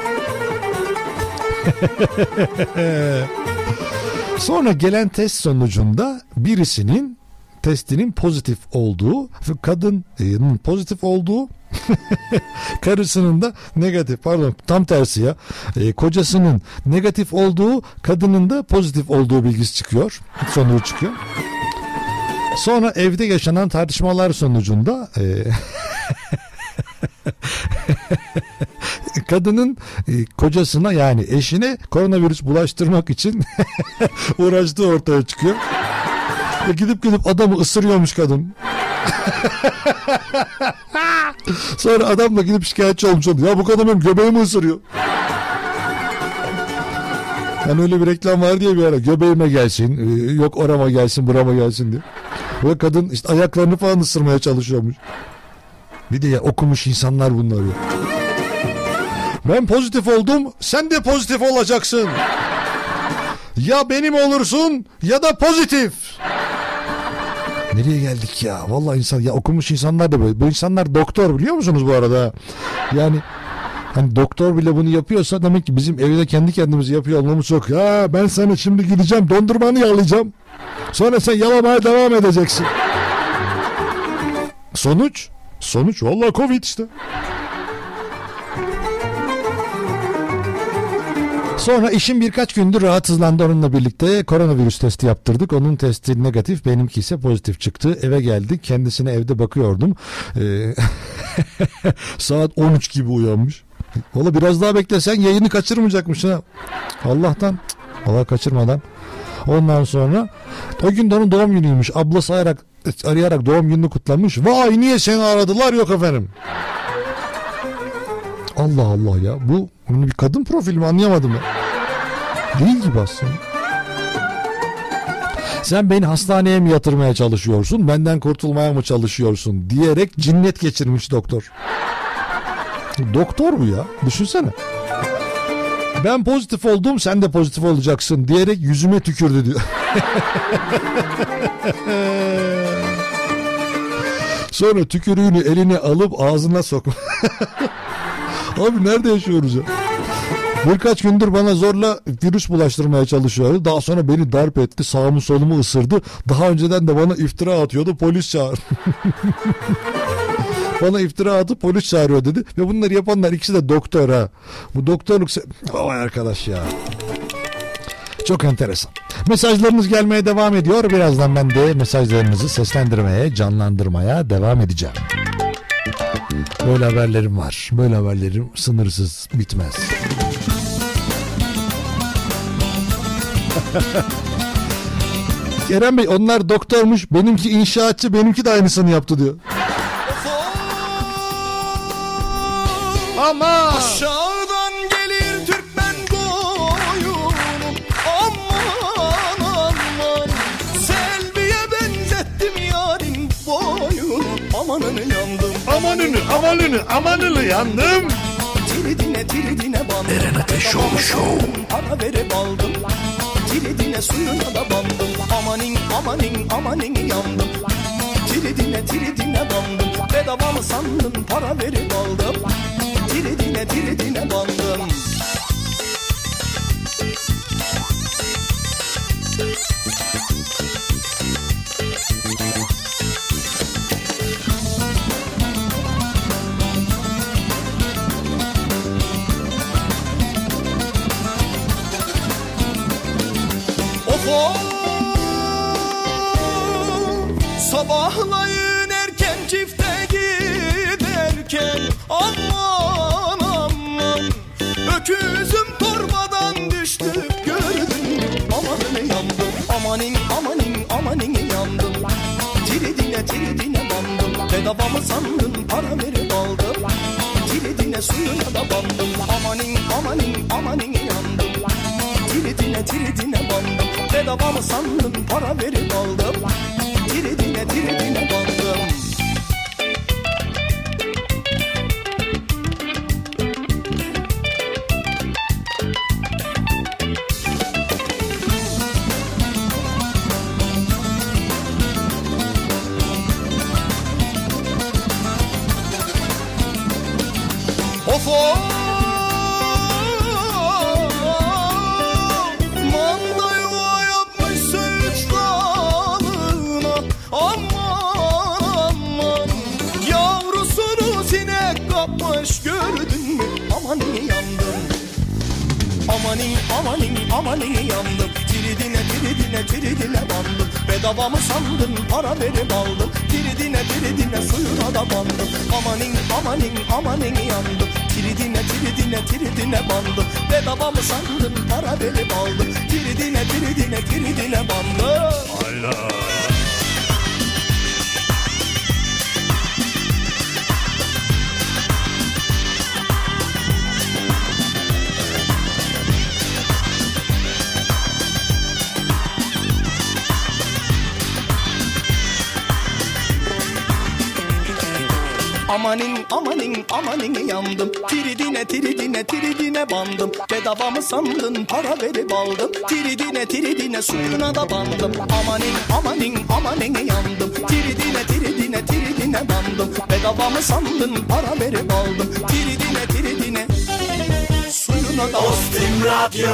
Sonra gelen test sonucunda birisinin testinin pozitif olduğu ve kadının pozitif olduğu karısının da negatif, pardon tam tersi ya e, kocasının negatif olduğu, kadının da pozitif olduğu bilgisi çıkıyor, sonucu çıkıyor. Sonra evde yaşanan tartışmalar sonucunda e, kadının e, kocasına yani eşine koronavirüs bulaştırmak için uğraştığı ortaya çıkıyor. Ve gidip gidip adamı ısırıyormuş kadın. Sonra adam da gidip şikayetçi olmuş oldu. Ya bu kadın benim göbeğimi ısırıyor. Hani öyle bir reklam var diye bir ara, göbeğime gelsin, yok orama gelsin, burama gelsin diye. Ve kadın işte ayaklarını falan ısırmaya çalışıyormuş. Bir de ya okumuş insanlar bunlar ya. Ben pozitif oldum, sen de pozitif olacaksın. Ya benim olursun ya da pozitif. Nereye geldik ya? Vallahi insan ya, okumuş insanlar da böyle. Bu insanlar doktor, biliyor musunuz bu arada? Yani hani doktor bile bunu yapıyorsa demek ki bizim evde kendi kendimizi yapıyor olmamız çok. Ya ben sana şimdi gideceğim, dondurmanı yalayacağım. Sonra sen yalamaya devam edeceksin. Sonuç? Sonuç vallahi Covid işte. Sonra işim birkaç gündür rahatsızlandı, onunla birlikte koronavirüs testi yaptırdık. Onun testi negatif, benimki ise pozitif çıktı. Eve geldik, kendisine evde bakıyordum. Ee, saat on üç gibi uyanmış. Valla biraz daha beklesen yayını kaçırmayacakmışsın ha. Allah'tan. Valla kaçırmadan. Ondan sonra o gün de onun doğum günüymüş. Ablası arayarak, arayarak doğum gününü kutlamış. Vay niye seni aradılar, yok efendim. Allah Allah ya. Bu bir kadın profili mi, anlayamadım ya. Değil gibi aslında. Sen beni hastaneye mi yatırmaya çalışıyorsun, benden kurtulmaya mı çalışıyorsun diyerek cinnet geçirmiş doktor. Doktor bu ya. Düşünsene. Ben pozitif oldum, sen de pozitif olacaksın diyerek yüzüme tükürdü diyor. Sonra tükürüğünü eline alıp ağzına sokma. Abi nerede yaşıyoruz ya? Birkaç gündür bana zorla virüs bulaştırmaya çalışıyordu. Daha sonra beni darp etti, sağımı solumu ısırdı. Daha önceden de bana iftira atıyordu, polis çağır. Bana iftira atıp polis çağırıyor dedi. Ve bunları yapanlar ikisi de doktor ha. Bu doktorluk... Vay arkadaş ya. Çok enteresan. Mesajlarınız gelmeye devam ediyor. Birazdan ben de mesajlarınızı seslendirmeye, canlandırmaya devam edeceğim. Böyle haberlerim var. Böyle haberlerim sınırsız bitmez. Kerem Bey, onlar doktormuş, benimki inşaatçı, benimki de aynısını yaptı diyor. Ama aşağıdan gelir Türkmen koyunu, aman aman, Selvi'ye benzettim yarim boyunu, amanını yandım, amanını amanını amanını yandım. Tiridine tiridine bandım, Eren Ateşoğlu Show, para verip aldım, tiridine suyuna da bandım, amanin amanin amanin yandım. Tiridine tiridine bandım, bedava mı sandın, para verip aldım, tiridine tiridine bandım. Of of, sabahlayın erken çifte giderken, aman aman, öküzüm torbadan düştü gördün mü, amanını yandım, amanin amanin amanin yandım. Tiridine tiridine bandım, bedava mı sandın, para verip aldım, tiridine suyuna da bandım, amanin amanin amanin yandım. Tiridine tiridine bandım, bedava mı sandın, para verip aldım, tiridine tiridine bandım. Of of, manda yuva yapmış söğüt dalına, aman aman, yavrusunu sinek kapmış gördün mü, amanin yandım, amanin amanin amanin yandım. Tiridine tiridine tiridine bandım, bedava mı sandın, para verip aldım, tiridine tiridine suyuna da bandım, amanin amanin amanin yandım. Tiridine tiridine tiridine bandım, bedava mı sandın, para verip aldım, tiridine tiridine tiridine bandım. Allah. Amanin amanin amanin yandım. Tiridine tiridine tiridine bandım. Bedava mı sandın para verip aldım. Tiridine tiridine suyuna da bandım. Amanin amanin amanin yandım. Tiridine tiridine tiridine bandım. Bedava mı sandın para verip aldım. Tiridine tiridine suyuna da Ostim Radyo.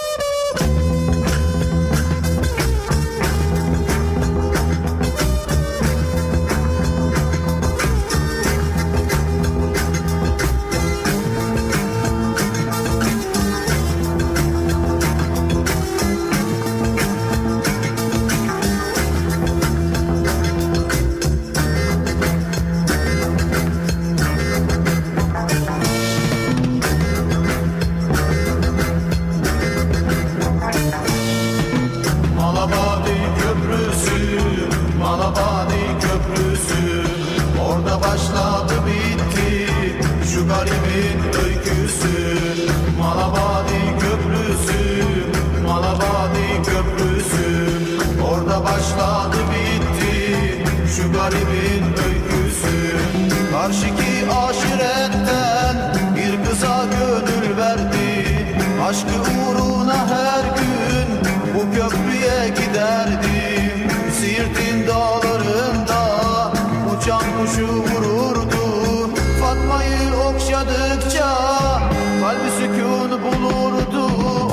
Karşıki aşiretten bir kıza gönül verdi. Aşkı uğruna her gün bu köprüye giderdim. Siirt'in dağlarında uçan kuşu vururdu. Fatma'yı okşadıkça kalbi sükun bulurdu.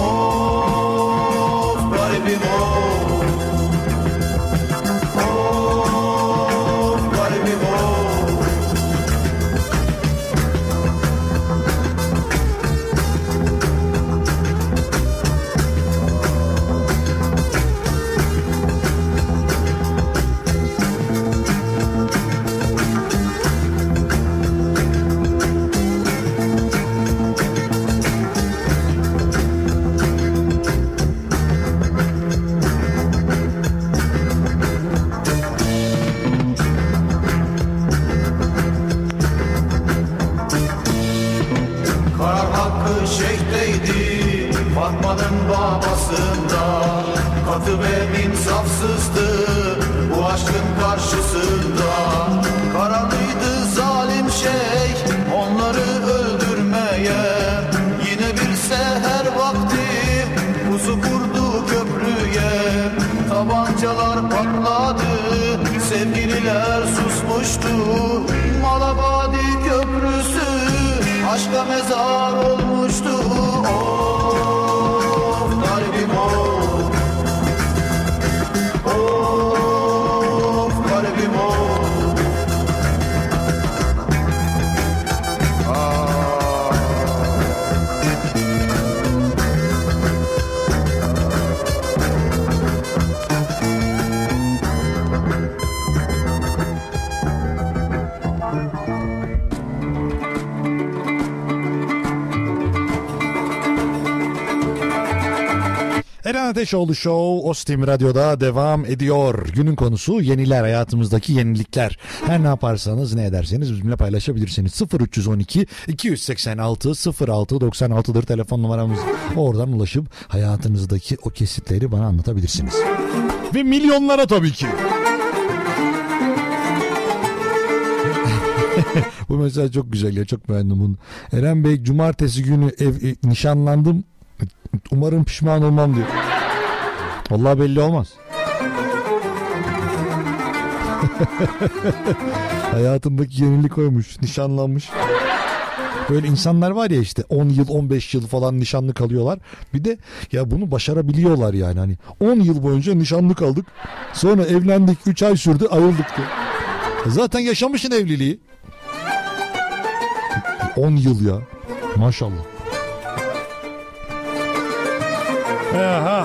Of garibim of. Fatma'nın babasında katı ve insafsızdı bu aşkın karşısında. Kararlıydı zalim şeyh onları öldürmeye. Yine bir seher vakti pusu kurdu köprüye. Tabancalar patladı, sevgililer susmuştu. Malabadi köprüsü aşka mezar olmuştu. Of garibim of. Of garibim of. Eren Ateşoğlu Show Ostim Radyo'da devam ediyor. Günün konusu yeniler, hayatımızdaki yenilikler. Her ne yaparsanız, ne ederseniz bizimle paylaşabilirsiniz. sıfır üç yüz on iki iki yüz seksen altı sıfır altı doksan altı'dır telefon numaramız. Oradan ulaşıp hayatınızdaki o kesitleri bana anlatabilirsiniz. Ve milyonlara tabii ki. Bu mesela çok güzel ya, çok beğendim bunu. Eren Bey, cumartesi günü ev, e, nişanlandım. Umarım pişman olmam diyor. Vallahi belli olmaz. Hayatındaki yenilik oymuş. Nişanlanmış. Böyle insanlar var ya, işte on yıl on beş yıl falan nişanlı kalıyorlar. Bir de ya bunu başarabiliyorlar yani. Hani on yıl boyunca nişanlı kaldık. Sonra evlendik, üç ay sürdü, ayrıldık diyor. Zaten yaşamışsın evliliği. on yıl ya. Maşallah. Aha.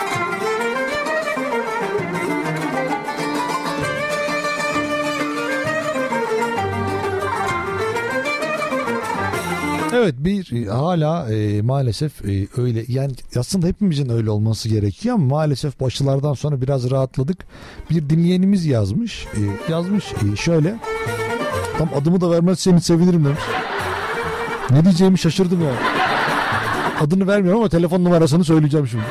Evet, bir hala e, maalesef e, öyle, yani aslında hepimizin öyle olması gerekiyor ama maalesef başlardan sonra biraz rahatladık. Bir dinleyenimiz yazmış e, yazmış e, şöyle, tam adımı da vermezseniz sevinirim demiş. Ne diyeceğimi şaşırdım ya. Adını vermiyorum ama telefon numarasını söyleyeceğim şimdi.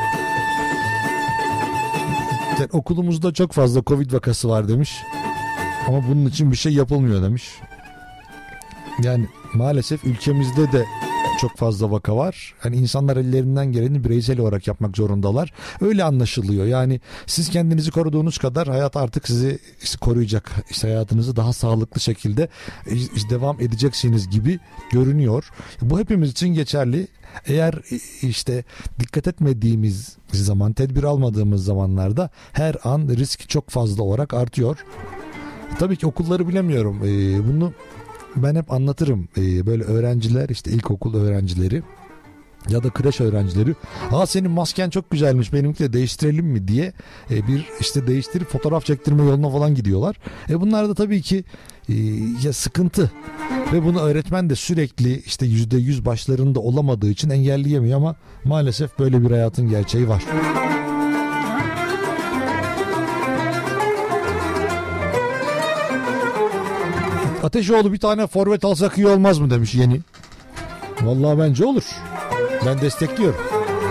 Okulumuzda çok fazla Covid vakası var demiş. ama bunun için bir şey yapılmıyor demiş. Yani maalesef ülkemizde de çok fazla vaka var. Hani insanlar ellerinden geleni bireysel olarak yapmak zorundalar. Öyle anlaşılıyor. Yani siz kendinizi koruduğunuz kadar hayat artık sizi işte koruyacak. İşte hayatınızı daha sağlıklı şekilde işte devam edeceksiniz gibi görünüyor. Bu hepimiz için geçerli. Eğer işte dikkat etmediğimiz zaman, tedbir almadığımız zamanlarda her an risk çok fazla olarak artıyor. Tabii ki okulları bilemiyorum. Ee, bunu ben hep anlatırım. Ee, böyle öğrenciler, işte ilkokul öğrencileri ya da kreş öğrencileri, aa senin masken çok güzelmiş, benimki de değiştirelim mi diye e, bir işte değiştirip fotoğraf çektirme yoluna falan gidiyorlar. E bunlar da tabii ki e, ya sıkıntı ve bunu öğretmen de sürekli işte yüzde yüz başlarında olamadığı için engelleyemiyor ama maalesef böyle bir hayatın gerçeği var. Ateşoğlu bir tane forvet alsak iyi olmaz mı demiş Yeni. Vallahi bence olur. Ben destekliyorum.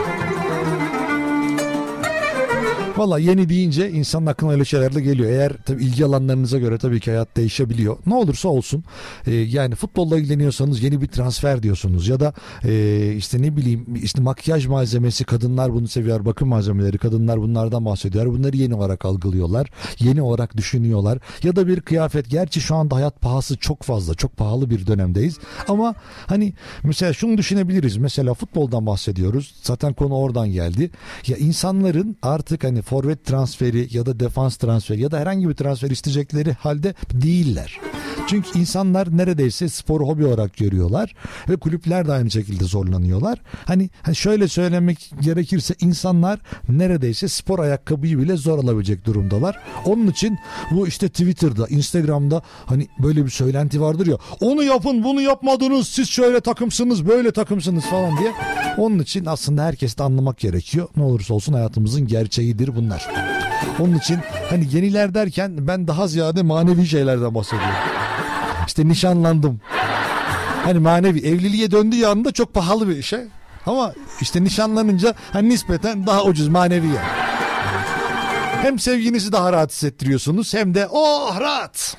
Valla Yeni deyince insanın aklına öyle şeyler de geliyor. Eğer tabii ilgi alanlarınıza göre tabii ki hayat değişebiliyor. Ne olursa olsun. E, yani futbolla ilgileniyorsanız yeni bir transfer diyorsunuz. Ya da e, işte ne bileyim işte makyaj malzemesi, kadınlar bunu seviyor. Bakım malzemeleri, kadınlar bunlardan bahsediyor. Bunları yeni olarak algılıyorlar. Yeni olarak düşünüyorlar. Ya da bir kıyafet. Gerçi şu anda hayat pahası çok fazla. Çok pahalı bir dönemdeyiz. Ama hani mesela şunu düşünebiliriz. Mesela futboldan bahsediyoruz. Zaten konu oradan geldi. Ya insanların artık hani forvet transferi ya da defans transferi ya da herhangi bir transfer isteyecekleri halde değiller. Çünkü insanlar neredeyse sporu hobi olarak görüyorlar ve kulüpler de aynı şekilde zorlanıyorlar. Hani, hani şöyle söylemek gerekirse insanlar neredeyse spor ayakkabıyı bile zor alabilecek durumdalar. Onun için bu işte Twitter'da, Instagram'da hani böyle bir söylenti vardır ya, onu yapın bunu yapmadınız, siz şöyle takımsınız böyle takımsınız falan diye. Onun için aslında herkes de anlamak gerekiyor. Ne olursa olsun hayatımızın gerçeğidir bunlar. Onun için hani yeniler derken ben daha ziyade manevi şeylerden bahsediyorum. İşte nişanlandım. Hani manevi evliliğe döndüğü anda çok pahalı bir şey. Ama işte nişanlanınca hani nispeten daha ucuz, manevi yani. Hem sevginizi daha rahat hissettiriyorsunuz hem de oh rahat.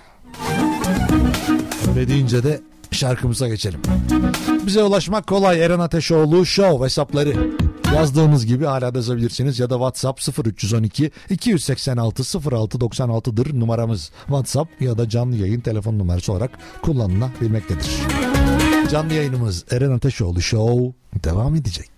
Öyle deyince de şarkımıza geçelim. Bize ulaşmak kolay. Eren Ateşoğlu Show hesapları. Yazdığınız gibi hala da yazabilirsiniz ya da WhatsApp sıfır üç on iki iki seksen altı sıfır altı doksan altı'dır numaramız. WhatsApp ya da canlı yayın telefon numarası olarak kullanılabilmektedir. Canlı yayınımız Eren Ateşoğlu Show devam edecek.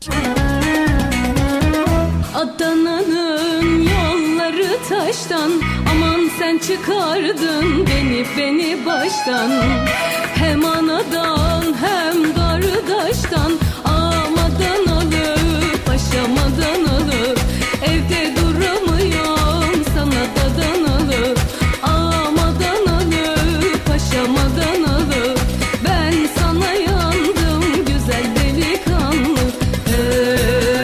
Adana'nın yolları taştan, aman sen çıkardın beni beni baştan. Hem anadan hem dardaştan, Adanalı paşam Adanalı, evde duramıyorum sana dadanalı. Am Adanalı paşam Adanalı, ben sana yandım güzel delikanlı. Hey,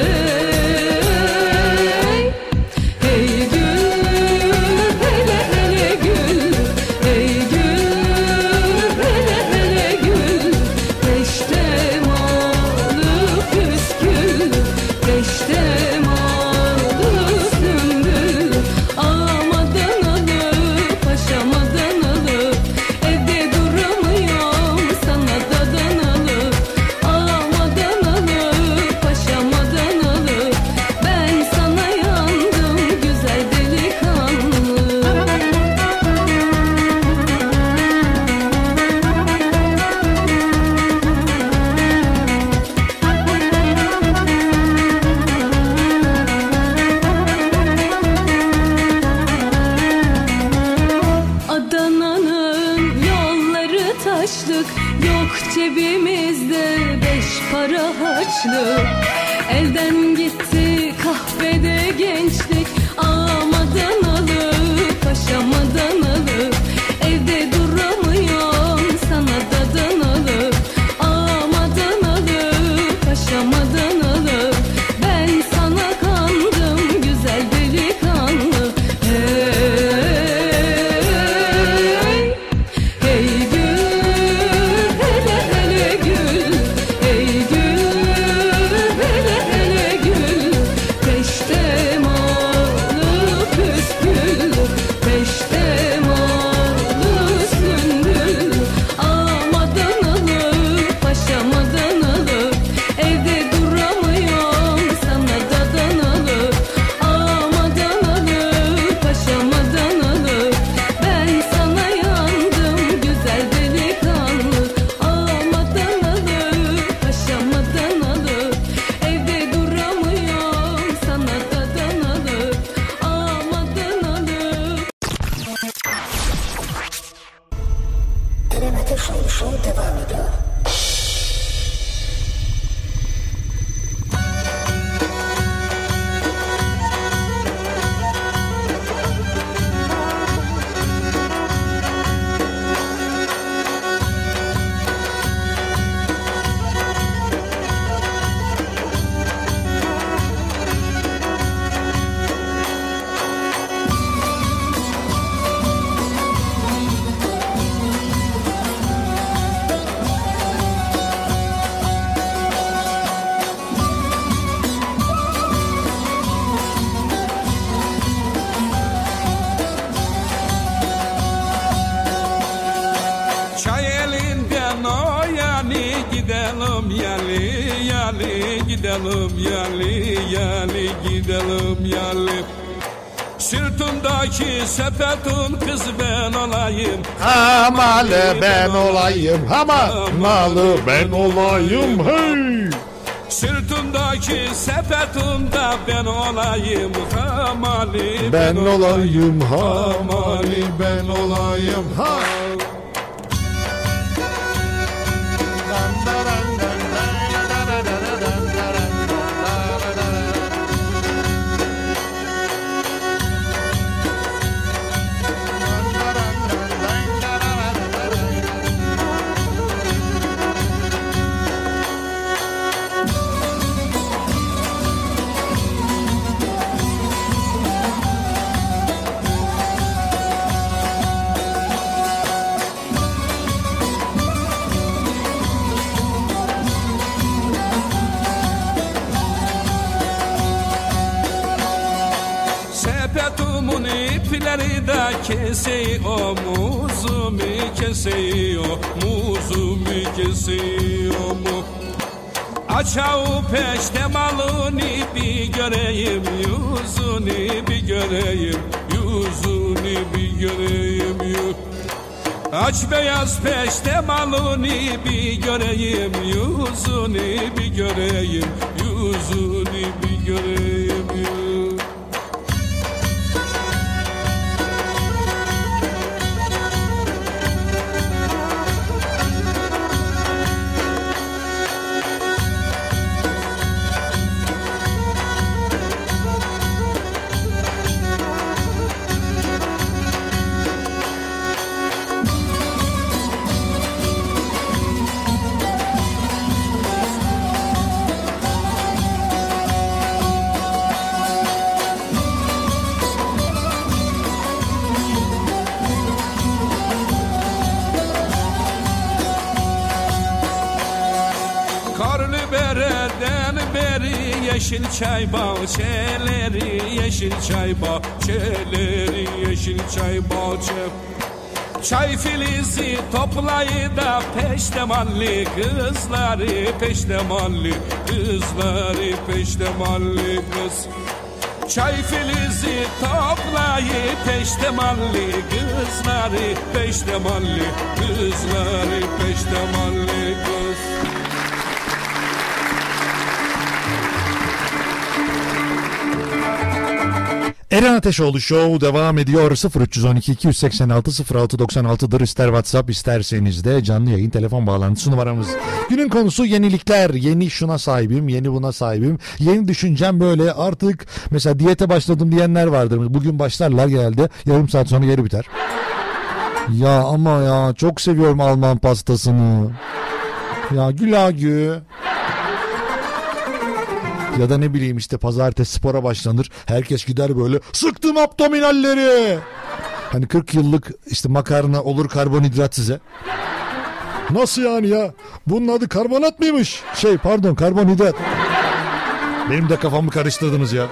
hey gül, hele hele gül, hey gül, hele hele gül. Peşte malı püskül, peşte malı sümbül. Am Adanalı paşam Adanalı, evde duramıyorum sana dadanalı. Am Adanalı paşam Adanalı, ben sana yandım güzel delikanlı. Adana'nın yolları taşlık, yok cebimizde beş para harçlık. Elden gitti kahvede gençlik. Am Adanalı paşam Adanalı, evde duramıyorum sana dadanalı. Am Adanalı paşam Adanalı, ben sana kandım güzel delikanlı. Hey, hey gül, hele hele gül, hey gül, hele hele gül. Peşte malı yali yali gidelim yali yali gidelim yali. Sırtımdaki sepetin kız ben olayım. Hamalı ben olayım. Hamalı ben olayım. Hey. Sırtımdaki sepetimde ben olayım. Hamali ben olayım. Hamali ben olayım. Ha. Kesiyor muzumu kesiyor muzumu kesiyor mu? Açağı peşte malını bir göreyim yüzünü bir göreyim yüzünü bir göreyim yüz. Aç beyaz peşte malını bir göreyim yüzünü bir göreyim yüzünü bir göreyim yüz. Yeşil çay bahçeleri, yeşil çay bahçeleri, yeşil çay bahçe. Çay filizi toplayı da peştemalli kızları, peştemalli kızları, peştemalli kız. Çay filizi toplayı peştemalli kızları, peştemalli kızları, peştemalli kız. Eren Ateşoğlu Show devam ediyor. sıfır üç on iki iki yüz seksen altı sıfır altı doksan altı'dır. İster WhatsApp isterseniz de canlı yayın telefon bağlantısı numaramız. Günün konusu yenilikler. Yeni şuna sahibim, yeni buna sahibim. Yeni düşüncem böyle, artık mesela diyete başladım diyenler vardır. Bugün başlarlar, genelde yarım saat sonra geri biter. Ya ama ya çok seviyorum Alman pastasını. Ya gülagü. Ya da ne bileyim işte pazartesi spora başlanır. Herkes gider böyle, sıktım abdominalleri. Hani kırk yıllık işte makarna olur karbonhidrat size. Nasıl yani ya? Bunun adı karbonat mıymış? Şey pardon karbonhidrat. Benim de kafamı karıştırdınız ya.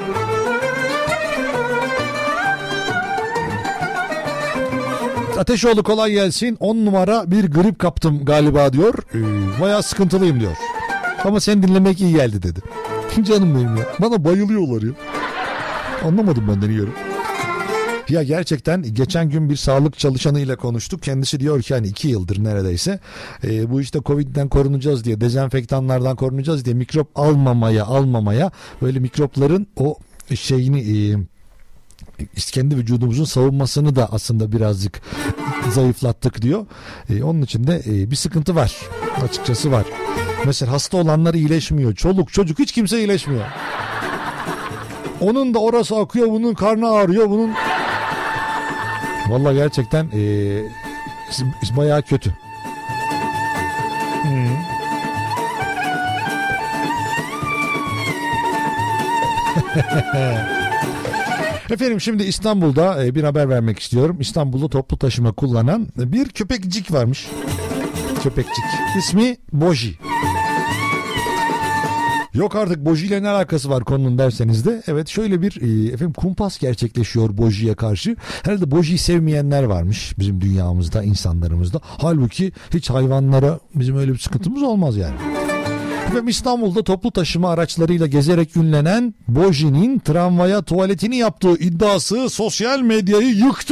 Ateşoğlu kolay gelsin. on numara bir grip kaptım galiba diyor. Ee, bayağı sıkıntılıyım diyor. Ama seni dinlemek iyi geldi dedi. Canım benim ya. Bana bayılıyorlar ya. Anlamadım benden yiyorum. Ya gerçekten geçen gün bir sağlık çalışanıyla konuştuk. Kendisi diyor ki hani iki yıldır neredeyse e, bu işte Covid'den korunacağız diye, dezenfektanlardan korunacağız diye mikrop almamaya almamaya böyle mikropların o şeyini e, kendi vücudumuzun savunmasını da aslında birazcık zayıflattık diyor. E, onun için de e, bir sıkıntı var. Açıkçası var. Mesela hasta olanlar iyileşmiyor. Çoluk çocuk hiç kimse iyileşmiyor. Onun da orası akıyor, bunun karnı ağrıyor, bunun... Vallahi gerçekten ee, bayağı kötü. Hmm. Efendim şimdi İstanbul'da bir haber vermek istiyorum. İstanbul'da toplu taşıma kullanan bir köpekcik varmış. Köpekçik. İsmi Boji. Yok artık Boji ile ne alakası var konunun derseniz de, evet şöyle bir e, efendim kumpas gerçekleşiyor Boji'ye karşı. Herhalde Boji'yi sevmeyenler varmış bizim dünyamızda, insanlarımızda. Halbuki hiç hayvanlara bizim öyle bir sıkıntımız olmaz yani. Efendim İstanbul'da toplu taşıma araçlarıyla gezerek ünlenen Boji'nin tramvaya tuvaletini yaptığı iddiası sosyal medyayı yıktı.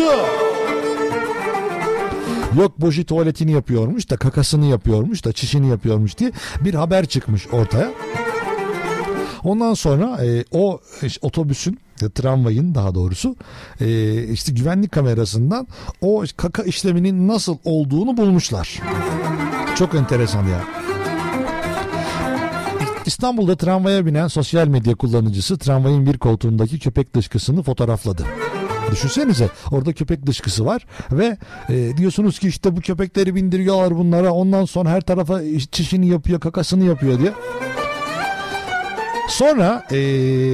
Yok Boji tuvaletini yapıyormuş da kakasını yapıyormuş da çişini yapıyormuş diye bir haber çıkmış ortaya. Ondan sonra e, o işte, otobüsün, e, tramvayın daha doğrusu e, işte güvenlik kamerasından o kaka işleminin nasıl olduğunu bulmuşlar. Çok enteresan ya. İstanbul'da tramvaya binen sosyal medya kullanıcısı tramvayın bir koltuğundaki köpek dışkısını fotoğrafladı. Düşünsenize orada köpek dışkısı var ve e, diyorsunuz ki işte bu köpekleri bindiriyorlar bunlara, ondan sonra her tarafa çişini yapıyor, kakasını yapıyor diye. Sonra ee,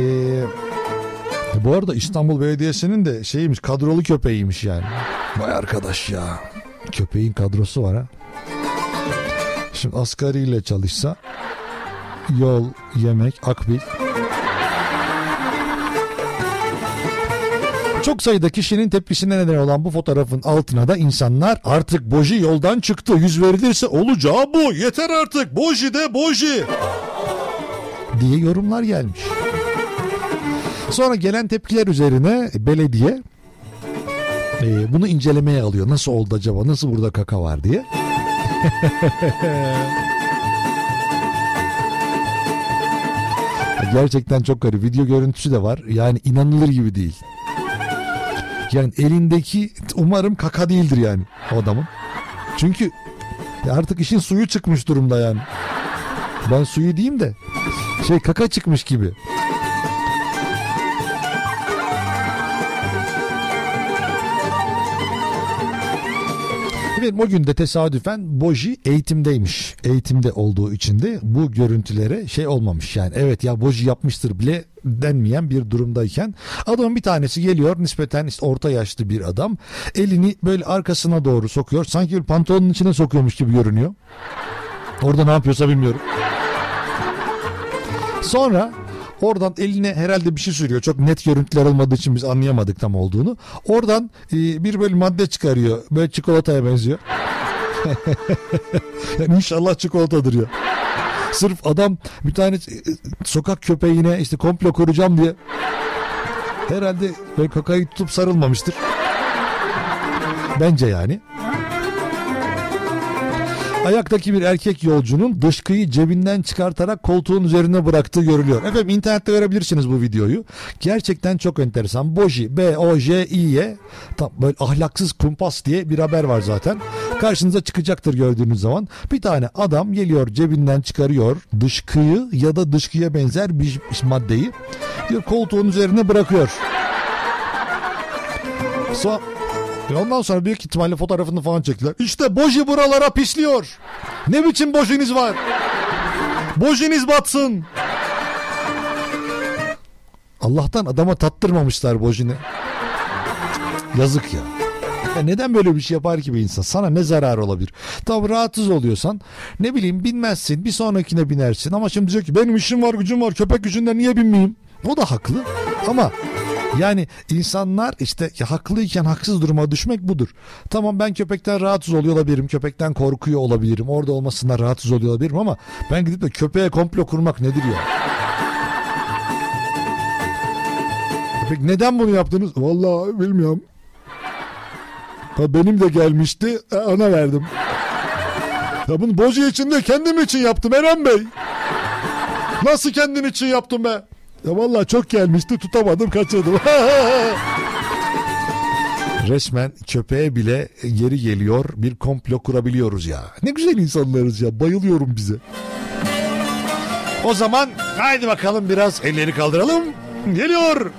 bu arada İstanbul Belediyesi'nin de şeymiş, kadrolu köpeğiymiş yani. Vay arkadaş ya, köpeğin kadrosu var ha. Şimdi asgariyle çalışsa yol, yemek, akbil. Çok sayıda kişinin tepkisine neden olan bu fotoğrafın altına da insanlar artık Boji yoldan çıktı, yüz verilirse olacağı bu, yeter artık Boji de Boji diye yorumlar gelmiş. Sonra gelen tepkiler üzerine belediye e, bunu incelemeye alıyor. Nasıl oldu acaba? Nasıl burada kaka var diye. Gerçekten çok garip. Video görüntüsü de var. Yani inanılır gibi değil. Yani elindeki umarım kaka değildir yani o adamın. Çünkü artık işin suyu çıkmış durumda yani. Ben suyu diyeyim de şey kaka çıkmış gibi. Efendim o gün de tesadüfen Boji eğitimdeymiş. Eğitimde olduğu için de bu görüntülere şey olmamış. Yani evet ya Boji yapmıştır bile denmeyen bir durumdayken adamın bir tanesi geliyor, nispeten işte orta yaşlı bir adam, elini böyle arkasına doğru sokuyor. Sanki bir pantolonun içine sokuyormuş gibi görünüyor. Orada ne yapıyorsa bilmiyorum. Sonra oradan eline herhalde bir şey sürüyor. Çok net görüntüler olmadığı için biz anlayamadık tam olduğunu. Oradan e, bir böyle madde çıkarıyor. Böyle çikolataya benziyor. Yani inşallah çikolatadır ya. Sırf adam bir tane e, sokak köpeğine işte komplo kuracağım diye herhalde böyle kakayı tutup sarılmamıştır. Bence yani. Ayaktaki bir erkek yolcunun dışkıyı cebinden çıkartarak koltuğun üzerine bıraktığı görülüyor. Efendim internette görebilirsiniz bu videoyu. Gerçekten çok enteresan. Boji, B O J İ'ye tam böyle ahlaksız kumpas diye bir haber var zaten. Karşınıza çıkacaktır gördüğünüz zaman. Bir tane adam geliyor, cebinden çıkarıyor dışkıyı ya da dışkıya benzer bir maddeyi. Diyor koltuğun üzerine bırakıyor. Sonra ondan sonra büyük ihtimalle fotoğrafını falan çektiler. İşte Boji buralara pisliyor. Ne biçim Boji'niz var? Boji'niz batsın. Allah'tan adama tattırmamışlar Boji'ni. Yazık ya. Ya neden böyle bir şey yapar ki bir insan? Sana ne zararı olabilir? Tabii rahatsız oluyorsan ne bileyim binmezsin, bir sonrakine binersin. Ama şimdi diyor ki benim işim var, gücüm var, köpek gücünden niye binmeyeyim? O da haklı ama yani insanlar işte ya, haklıyken haksız duruma düşmek budur. Tamam ben köpekten rahatsız oluyor olabilirim. Köpekten korkuyor olabilirim. Orada olmasından rahatsız oluyor olabilirim ama ben gidip de köpeğe komplo kurmak nedir ya? Peki neden bunu yaptınız? Vallahi bilmiyorum. Ha, benim de gelmişti. Ona verdim. Ya bunu Boji için de kendim için yaptım Eren Bey. Nasıl kendin için yaptım be? Ya vallahi çok gelmişti, tutamadım, kaçırdım. Resmen köpeğe bile yeri geliyor bir komplo kurabiliyoruz ya. Ne güzel insanlarız ya, bayılıyorum bize. O zaman haydi bakalım biraz elleri kaldıralım. Geliyor.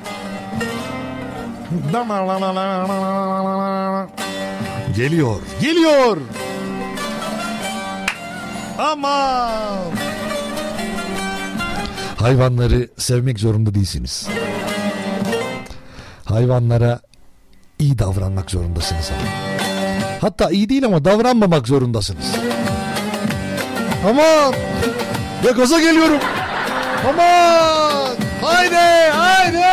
Geliyor, geliyor. Aman. Hayvanları sevmek zorunda değilsiniz. Hayvanlara iyi davranmak zorundasınız. Hatta iyi değil ama davranmamak zorundasınız. Aman! Ya gaza geliyorum. Aman! Haydi! Haydi!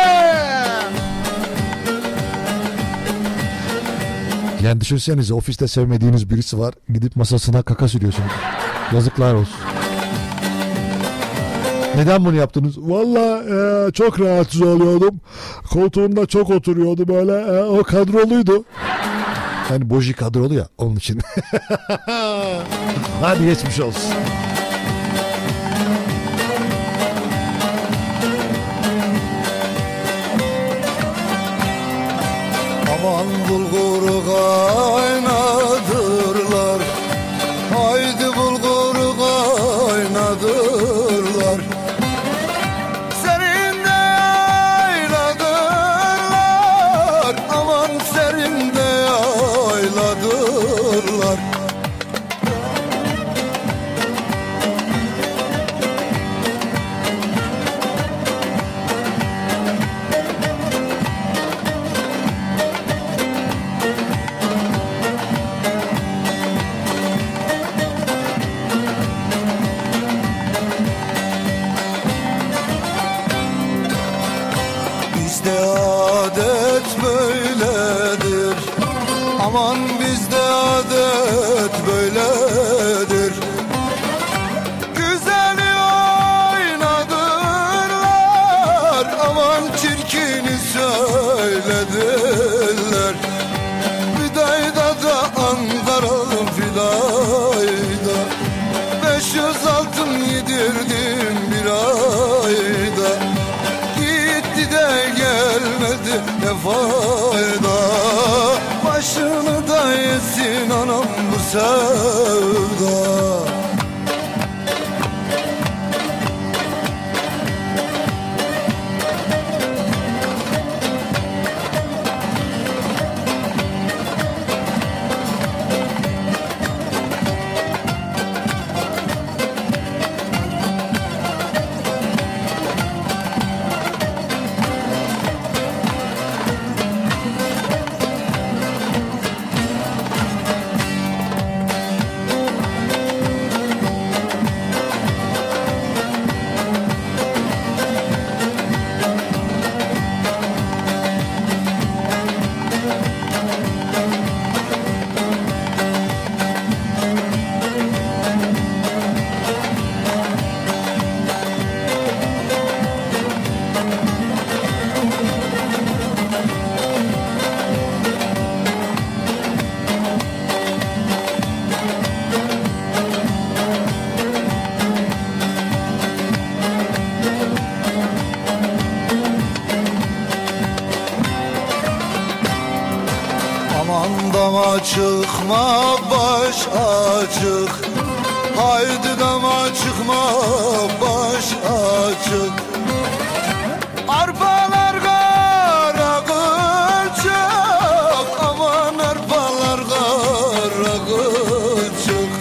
Yani düşünsenize ofiste sevmediğiniz birisi var. Gidip masasına kaka sürüyorsunuz. Yazıklar olsun. Neden bunu yaptınız? Valla e, çok rahatsız oluyordum. Koltuğumda çok oturuyordu böyle. E, o kadroluydu. Yani boji kadrolu ya onun için. Hadi geçmiş olsun. Aman bulguru kaynadırlar, haydi bulguru kaynadırlar. Serinde yayladırlar, aman serinde yayladırlar. Bizde adet böyledir, aman bizde adet böyledir. Güzeli oynadırlar, aman çirkini söylediler. Fidayda da Ankaralı fidayda, beş yüz altın yedirdim bir ayda. Gitti de gelmedi ne fayda, başını da yesin anam bu sevda. Aman dama çıkma baş açık, haydi dama çıkma baş açık. Arpalar kara kılçık, aman arpalar kara kılçık.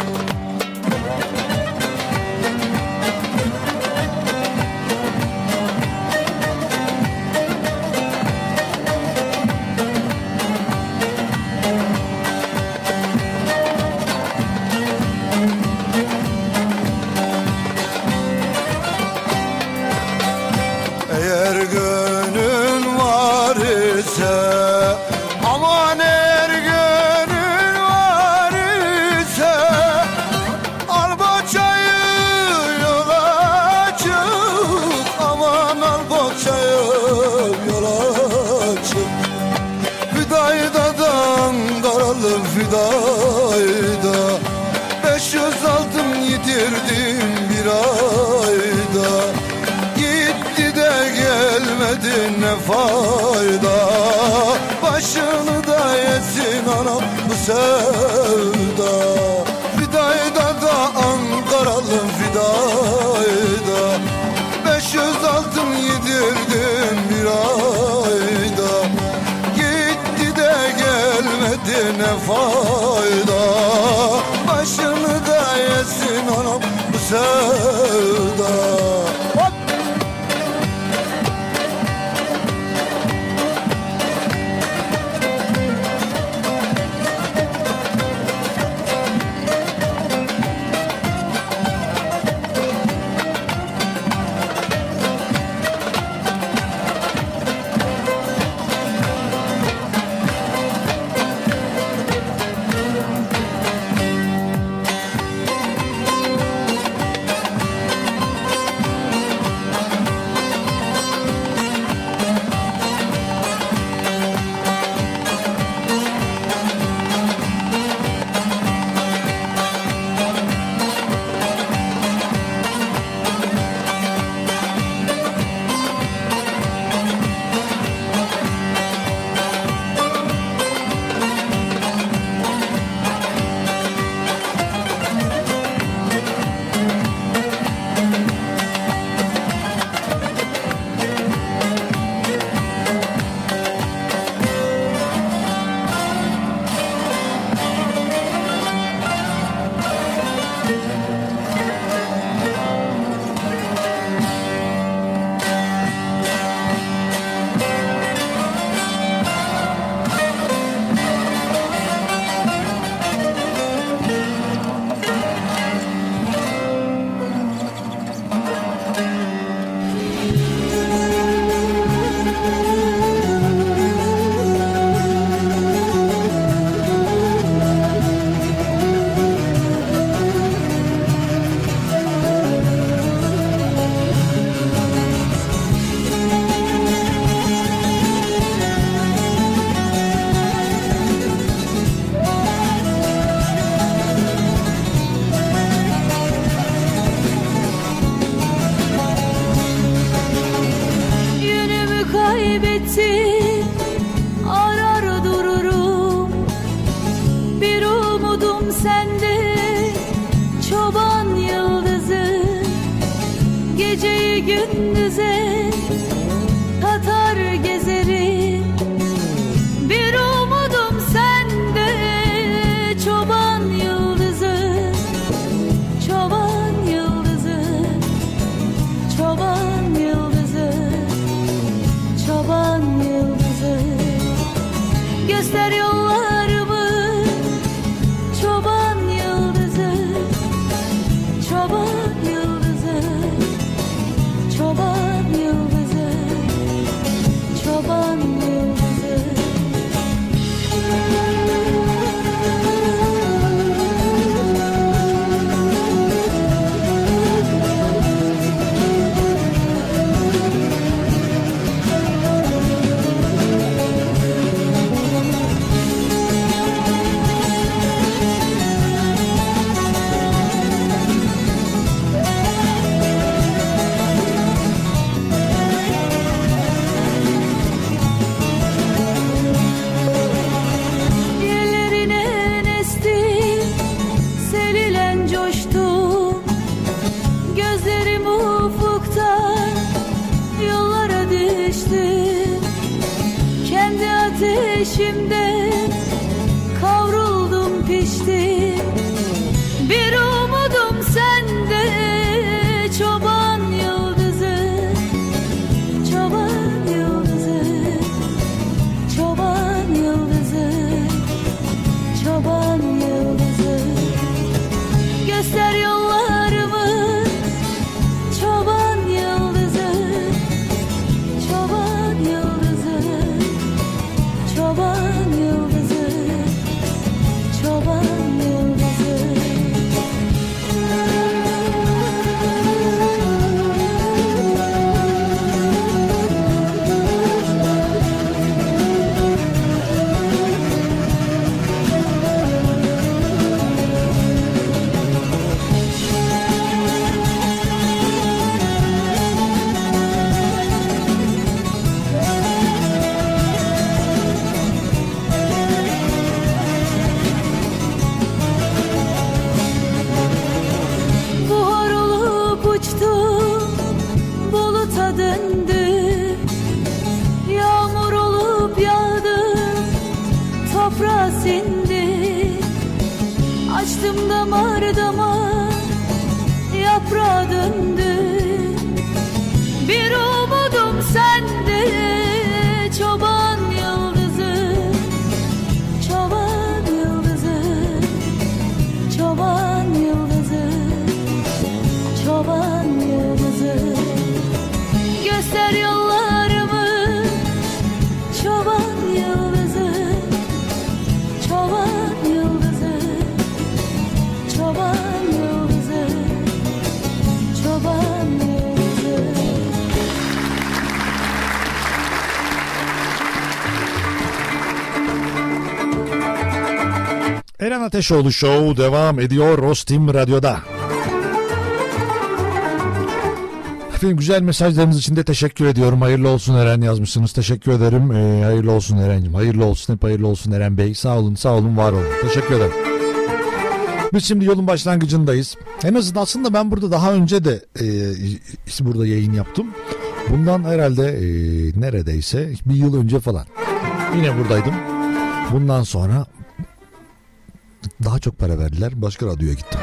Eğer gönül var ise, aman eğer gönül var ise, al boçayı yola çık, aman al boçayı yola çık. Fidayda da Ankaralı fidayda, beş yüz altın yitirdim bir ayda. Gitti de gelmedi ne fayda, başını da yesin anam bu sevda. Fidayda da Ankaralı fidayda, beş yüz altın yedirdim bir ayda. Gitti de gelmedi ne fayda, başını da yesin anam bu sevda. Hop! Geceyi gündüze katar gezerim. Bir umudum sende çoban yıldızı, çoban yıldızı, çoban yıldızı, çoban yıldızı. Göster yollarımı çoban yıldızı, çoban yıldızı, çoban yıldızı, çoban yıldızı. Yerlerine nestim, selilen coştum. Gözlerim ufuktan yollara düştüm. Kendi ateşimde kavruldum piştim. Bir umudum sende çoban yıldızı, çoban yıldızı, çoban yıldızı, çoban yıldızı. Göster yollarımı çoban yıldızı, çoban yıldızı, çoban yıldızı, çoban yıldızı. Buhar olup uçtum, buluta döndüm. Yağmur olup yağdım, toprağa sindi. Açtım damar damar, yaprağa döndüm. Bir umudum sende çoban yıldızı, çoban yıldızı, çoban yıldızı, çoban yıldızı. Göster yollarımı çoban yıldızı, çoban yıldızı, çoban yıldızı, çoban yıldızı. Eren Ateşoğlu Show devam ediyor Rostim Radyo'da. Efendim güzel mesajlarınız için de teşekkür ediyorum. Hayırlı olsun Eren yazmışsınız. Teşekkür ederim. Ee, hayırlı olsun Eren'cim. Hayırlı olsun. Hep hayırlı olsun Eren Bey. Sağ olun, sağ olun, var olun. Teşekkür ederim. Biz şimdi yolun başlangıcındayız. En azından aslında ben burada daha önce de e, burada yayın yaptım. Bundan herhalde e, neredeyse bir yıl önce falan. Yine buradaydım. Bundan sonra daha çok para verdiler. Başka radyoya gittim.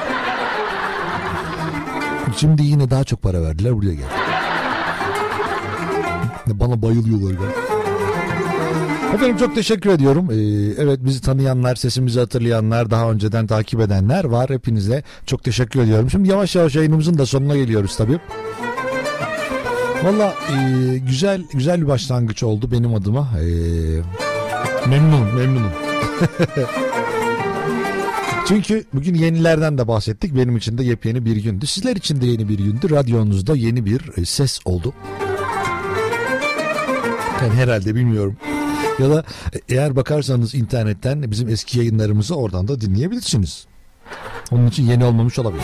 Şimdi yine daha çok para verdiler. Buraya geldim. Bana bayılıyorlar ya. Efendim çok teşekkür ediyorum. Ee, evet bizi tanıyanlar, sesimizi hatırlayanlar, daha önceden takip edenler var. Hepinize çok teşekkür ediyorum. Şimdi yavaş yavaş yayınımızın da sonuna geliyoruz tabii. Valla e, güzel güzel bir başlangıç oldu benim adıma. E, memnunum, memnunum. Çünkü bugün yenilerden de bahsettik. Benim için de yepyeni bir gündü. Sizler için de yeni bir gündü. Radyonuzda yeni bir ses oldu. Yani herhalde bilmiyorum. Ya da eğer bakarsanız internetten bizim eski yayınlarımızı oradan da dinleyebilirsiniz. Onun için yeni olmamış olabilir.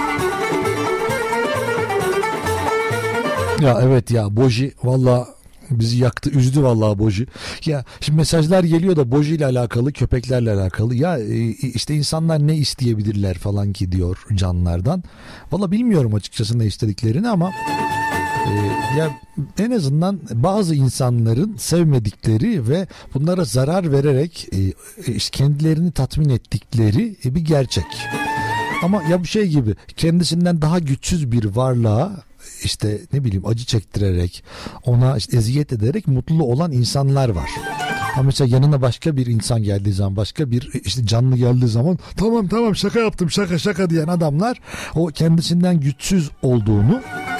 Ya evet ya Boji valla Bizi yaktı, üzdü vallahi Boji. Ya şimdi mesajlar geliyor da Boji ile alakalı, köpeklerle alakalı. Ya işte insanlar ne isteyebilirler falan ki diyor canlılardan. Vallahi bilmiyorum açıkçası ne istediklerini ama e, ya en azından bazı insanların sevmedikleri ve bunlara zarar vererek e, işte kendilerini tatmin ettikleri e, bir gerçek. Ama ya bu şey gibi, kendisinden daha güçsüz bir varlığa işte ne bileyim acı çektirerek, ona işte eziyet ederek mutlu olan insanlar var. Ama mesela yanına başka bir insan geldiği zaman, başka bir işte canlı geldiği zaman tamam tamam şaka yaptım şaka şaka diyen adamlar o kendisinden güçsüz olduğunu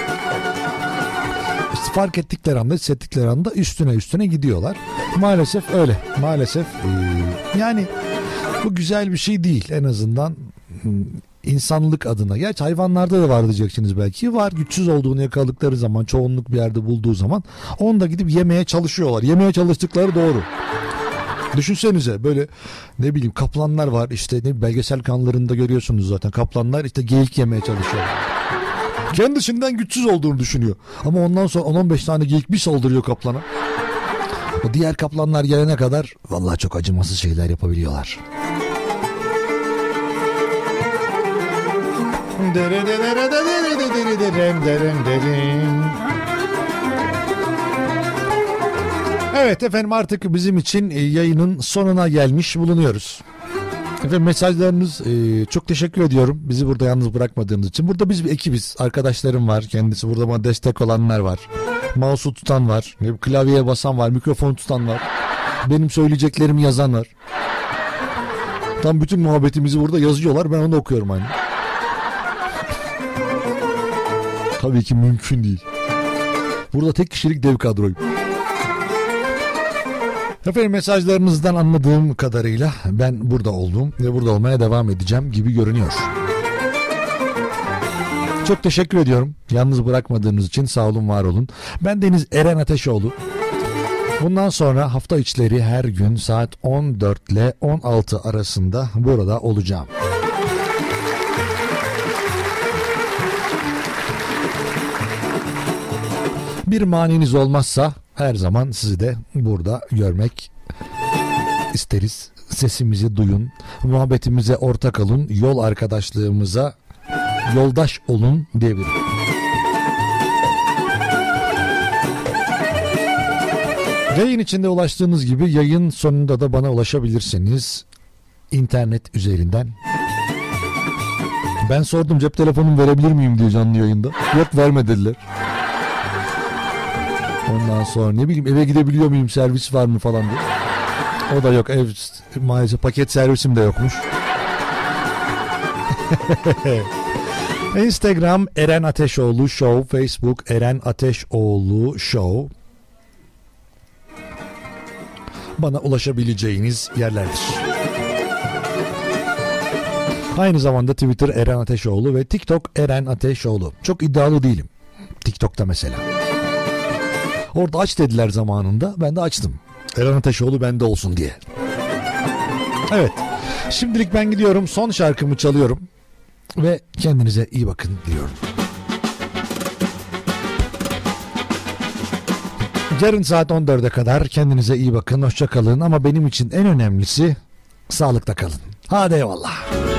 işte fark ettikleri anda, hissettikleri anda üstüne üstüne gidiyorlar. Maalesef öyle. Maalesef ee, yani bu güzel bir şey değil en azından. İnsanlık adına. Gerçi hayvanlarda da var diyeceksiniz belki. Var, güçsüz olduğunu yakaladıkları zaman, çoğunluk bir yerde bulduğu zaman onu da gidip yemeye çalışıyorlar. Yemeye çalıştıkları doğru. Düşünsenize böyle ne bileyim kaplanlar var işte, ne belgesel kanallarında görüyorsunuz zaten. Kaplanlar işte geyik yemeye çalışıyor. Kendisinden güçsüz olduğunu düşünüyor. Ama ondan sonra on on beş tane geyik bir saldırıyor kaplana. O diğer kaplanlar gelene kadar vallahi çok acımasız şeyler yapabiliyorlar. Evet efendim, artık bizim için yayının sonuna gelmiş bulunuyoruz. Efendim mesajlarınız e, çok teşekkür ediyorum. Bizi burada yalnız bırakmadığınız için. Burada biz bir ekibiz. Arkadaşlarım var. Kendisi burada bana destek olanlar var. Mouse'u tutan var. Klavyeye basan var. Mikrofonu tutan var. Benim söyleyeceklerimi yazan var. Tam bütün muhabbetimizi burada yazıyorlar. Ben onu okuyorum aynı. Tabii ki mümkün değil. Burada tek kişilik dev kadroyum. Efendim mesajlarınızdan anladığım kadarıyla ben burada oldum ve burada olmaya devam edeceğim gibi görünüyor. Çok teşekkür ediyorum. Yalnız bırakmadığınız için sağ olun, var olun. Ben Deniz Eren Ateşoğlu. Bundan sonra hafta içleri her gün saat on dört ile on altı arasında burada olacağım. Bir maniniz olmazsa her zaman sizi de burada görmek isteriz. Sesimizi duyun, muhabbetimize ortak olun, yol arkadaşlığımıza yoldaş olun diyebilirim. Yayın içinde ulaştığınız gibi yayın sonunda da bana ulaşabilirsiniz internet üzerinden. Ben sordum, cep telefonumu verebilir miyim diye canlı yayında. Yok, verme dediler. Ondan sonra ne bileyim eve gidebiliyor muyum, servis var mı falan diye. O da yok, ev maalesef paket servisim de yokmuş. Instagram Eren Ateşoğlu Show, Facebook Eren Ateşoğlu Show. Bana ulaşabileceğiniz yerlerdir. Aynı zamanda Twitter Eren Ateşoğlu ve TikTok Eren Ateşoğlu. Çok iddialı değilim TikTok'ta mesela. Orada aç dediler zamanında, ben de açtım. Eren Ateşoğlu bende olsun diye. Evet, şimdilik ben gidiyorum, son şarkımı çalıyorum ve kendinize iyi bakın diyorum. Yarın saat on dörde kadar kendinize iyi bakın, hoşça kalın, ama benim için en önemlisi sağlıkta kalın. Hadi eyvallah.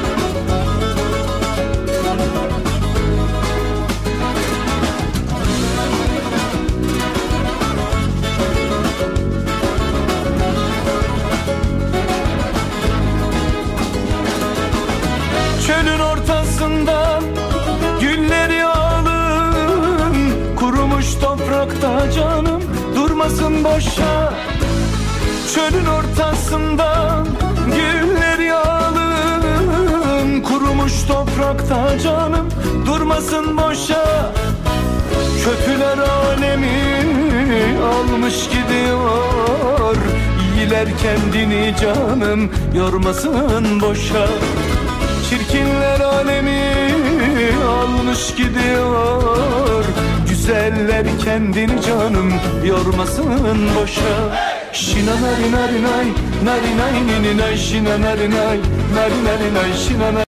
Çölün ortasından güller yağalım, kurumuş toprakta canım durmasın boşa. Çölün ortasından güller yağalım, kurumuş toprakta canım durmasın boşa. Kötüler alemi almış gidiyor, iyiler kendini canım yormasın boşa. Çirkinler alemi almış gidiyor, güzeller kendini canım yormasın boşa. Şina nari nari nay, nari nay nini nay, şina nari nay, nari nari nay, şina nari.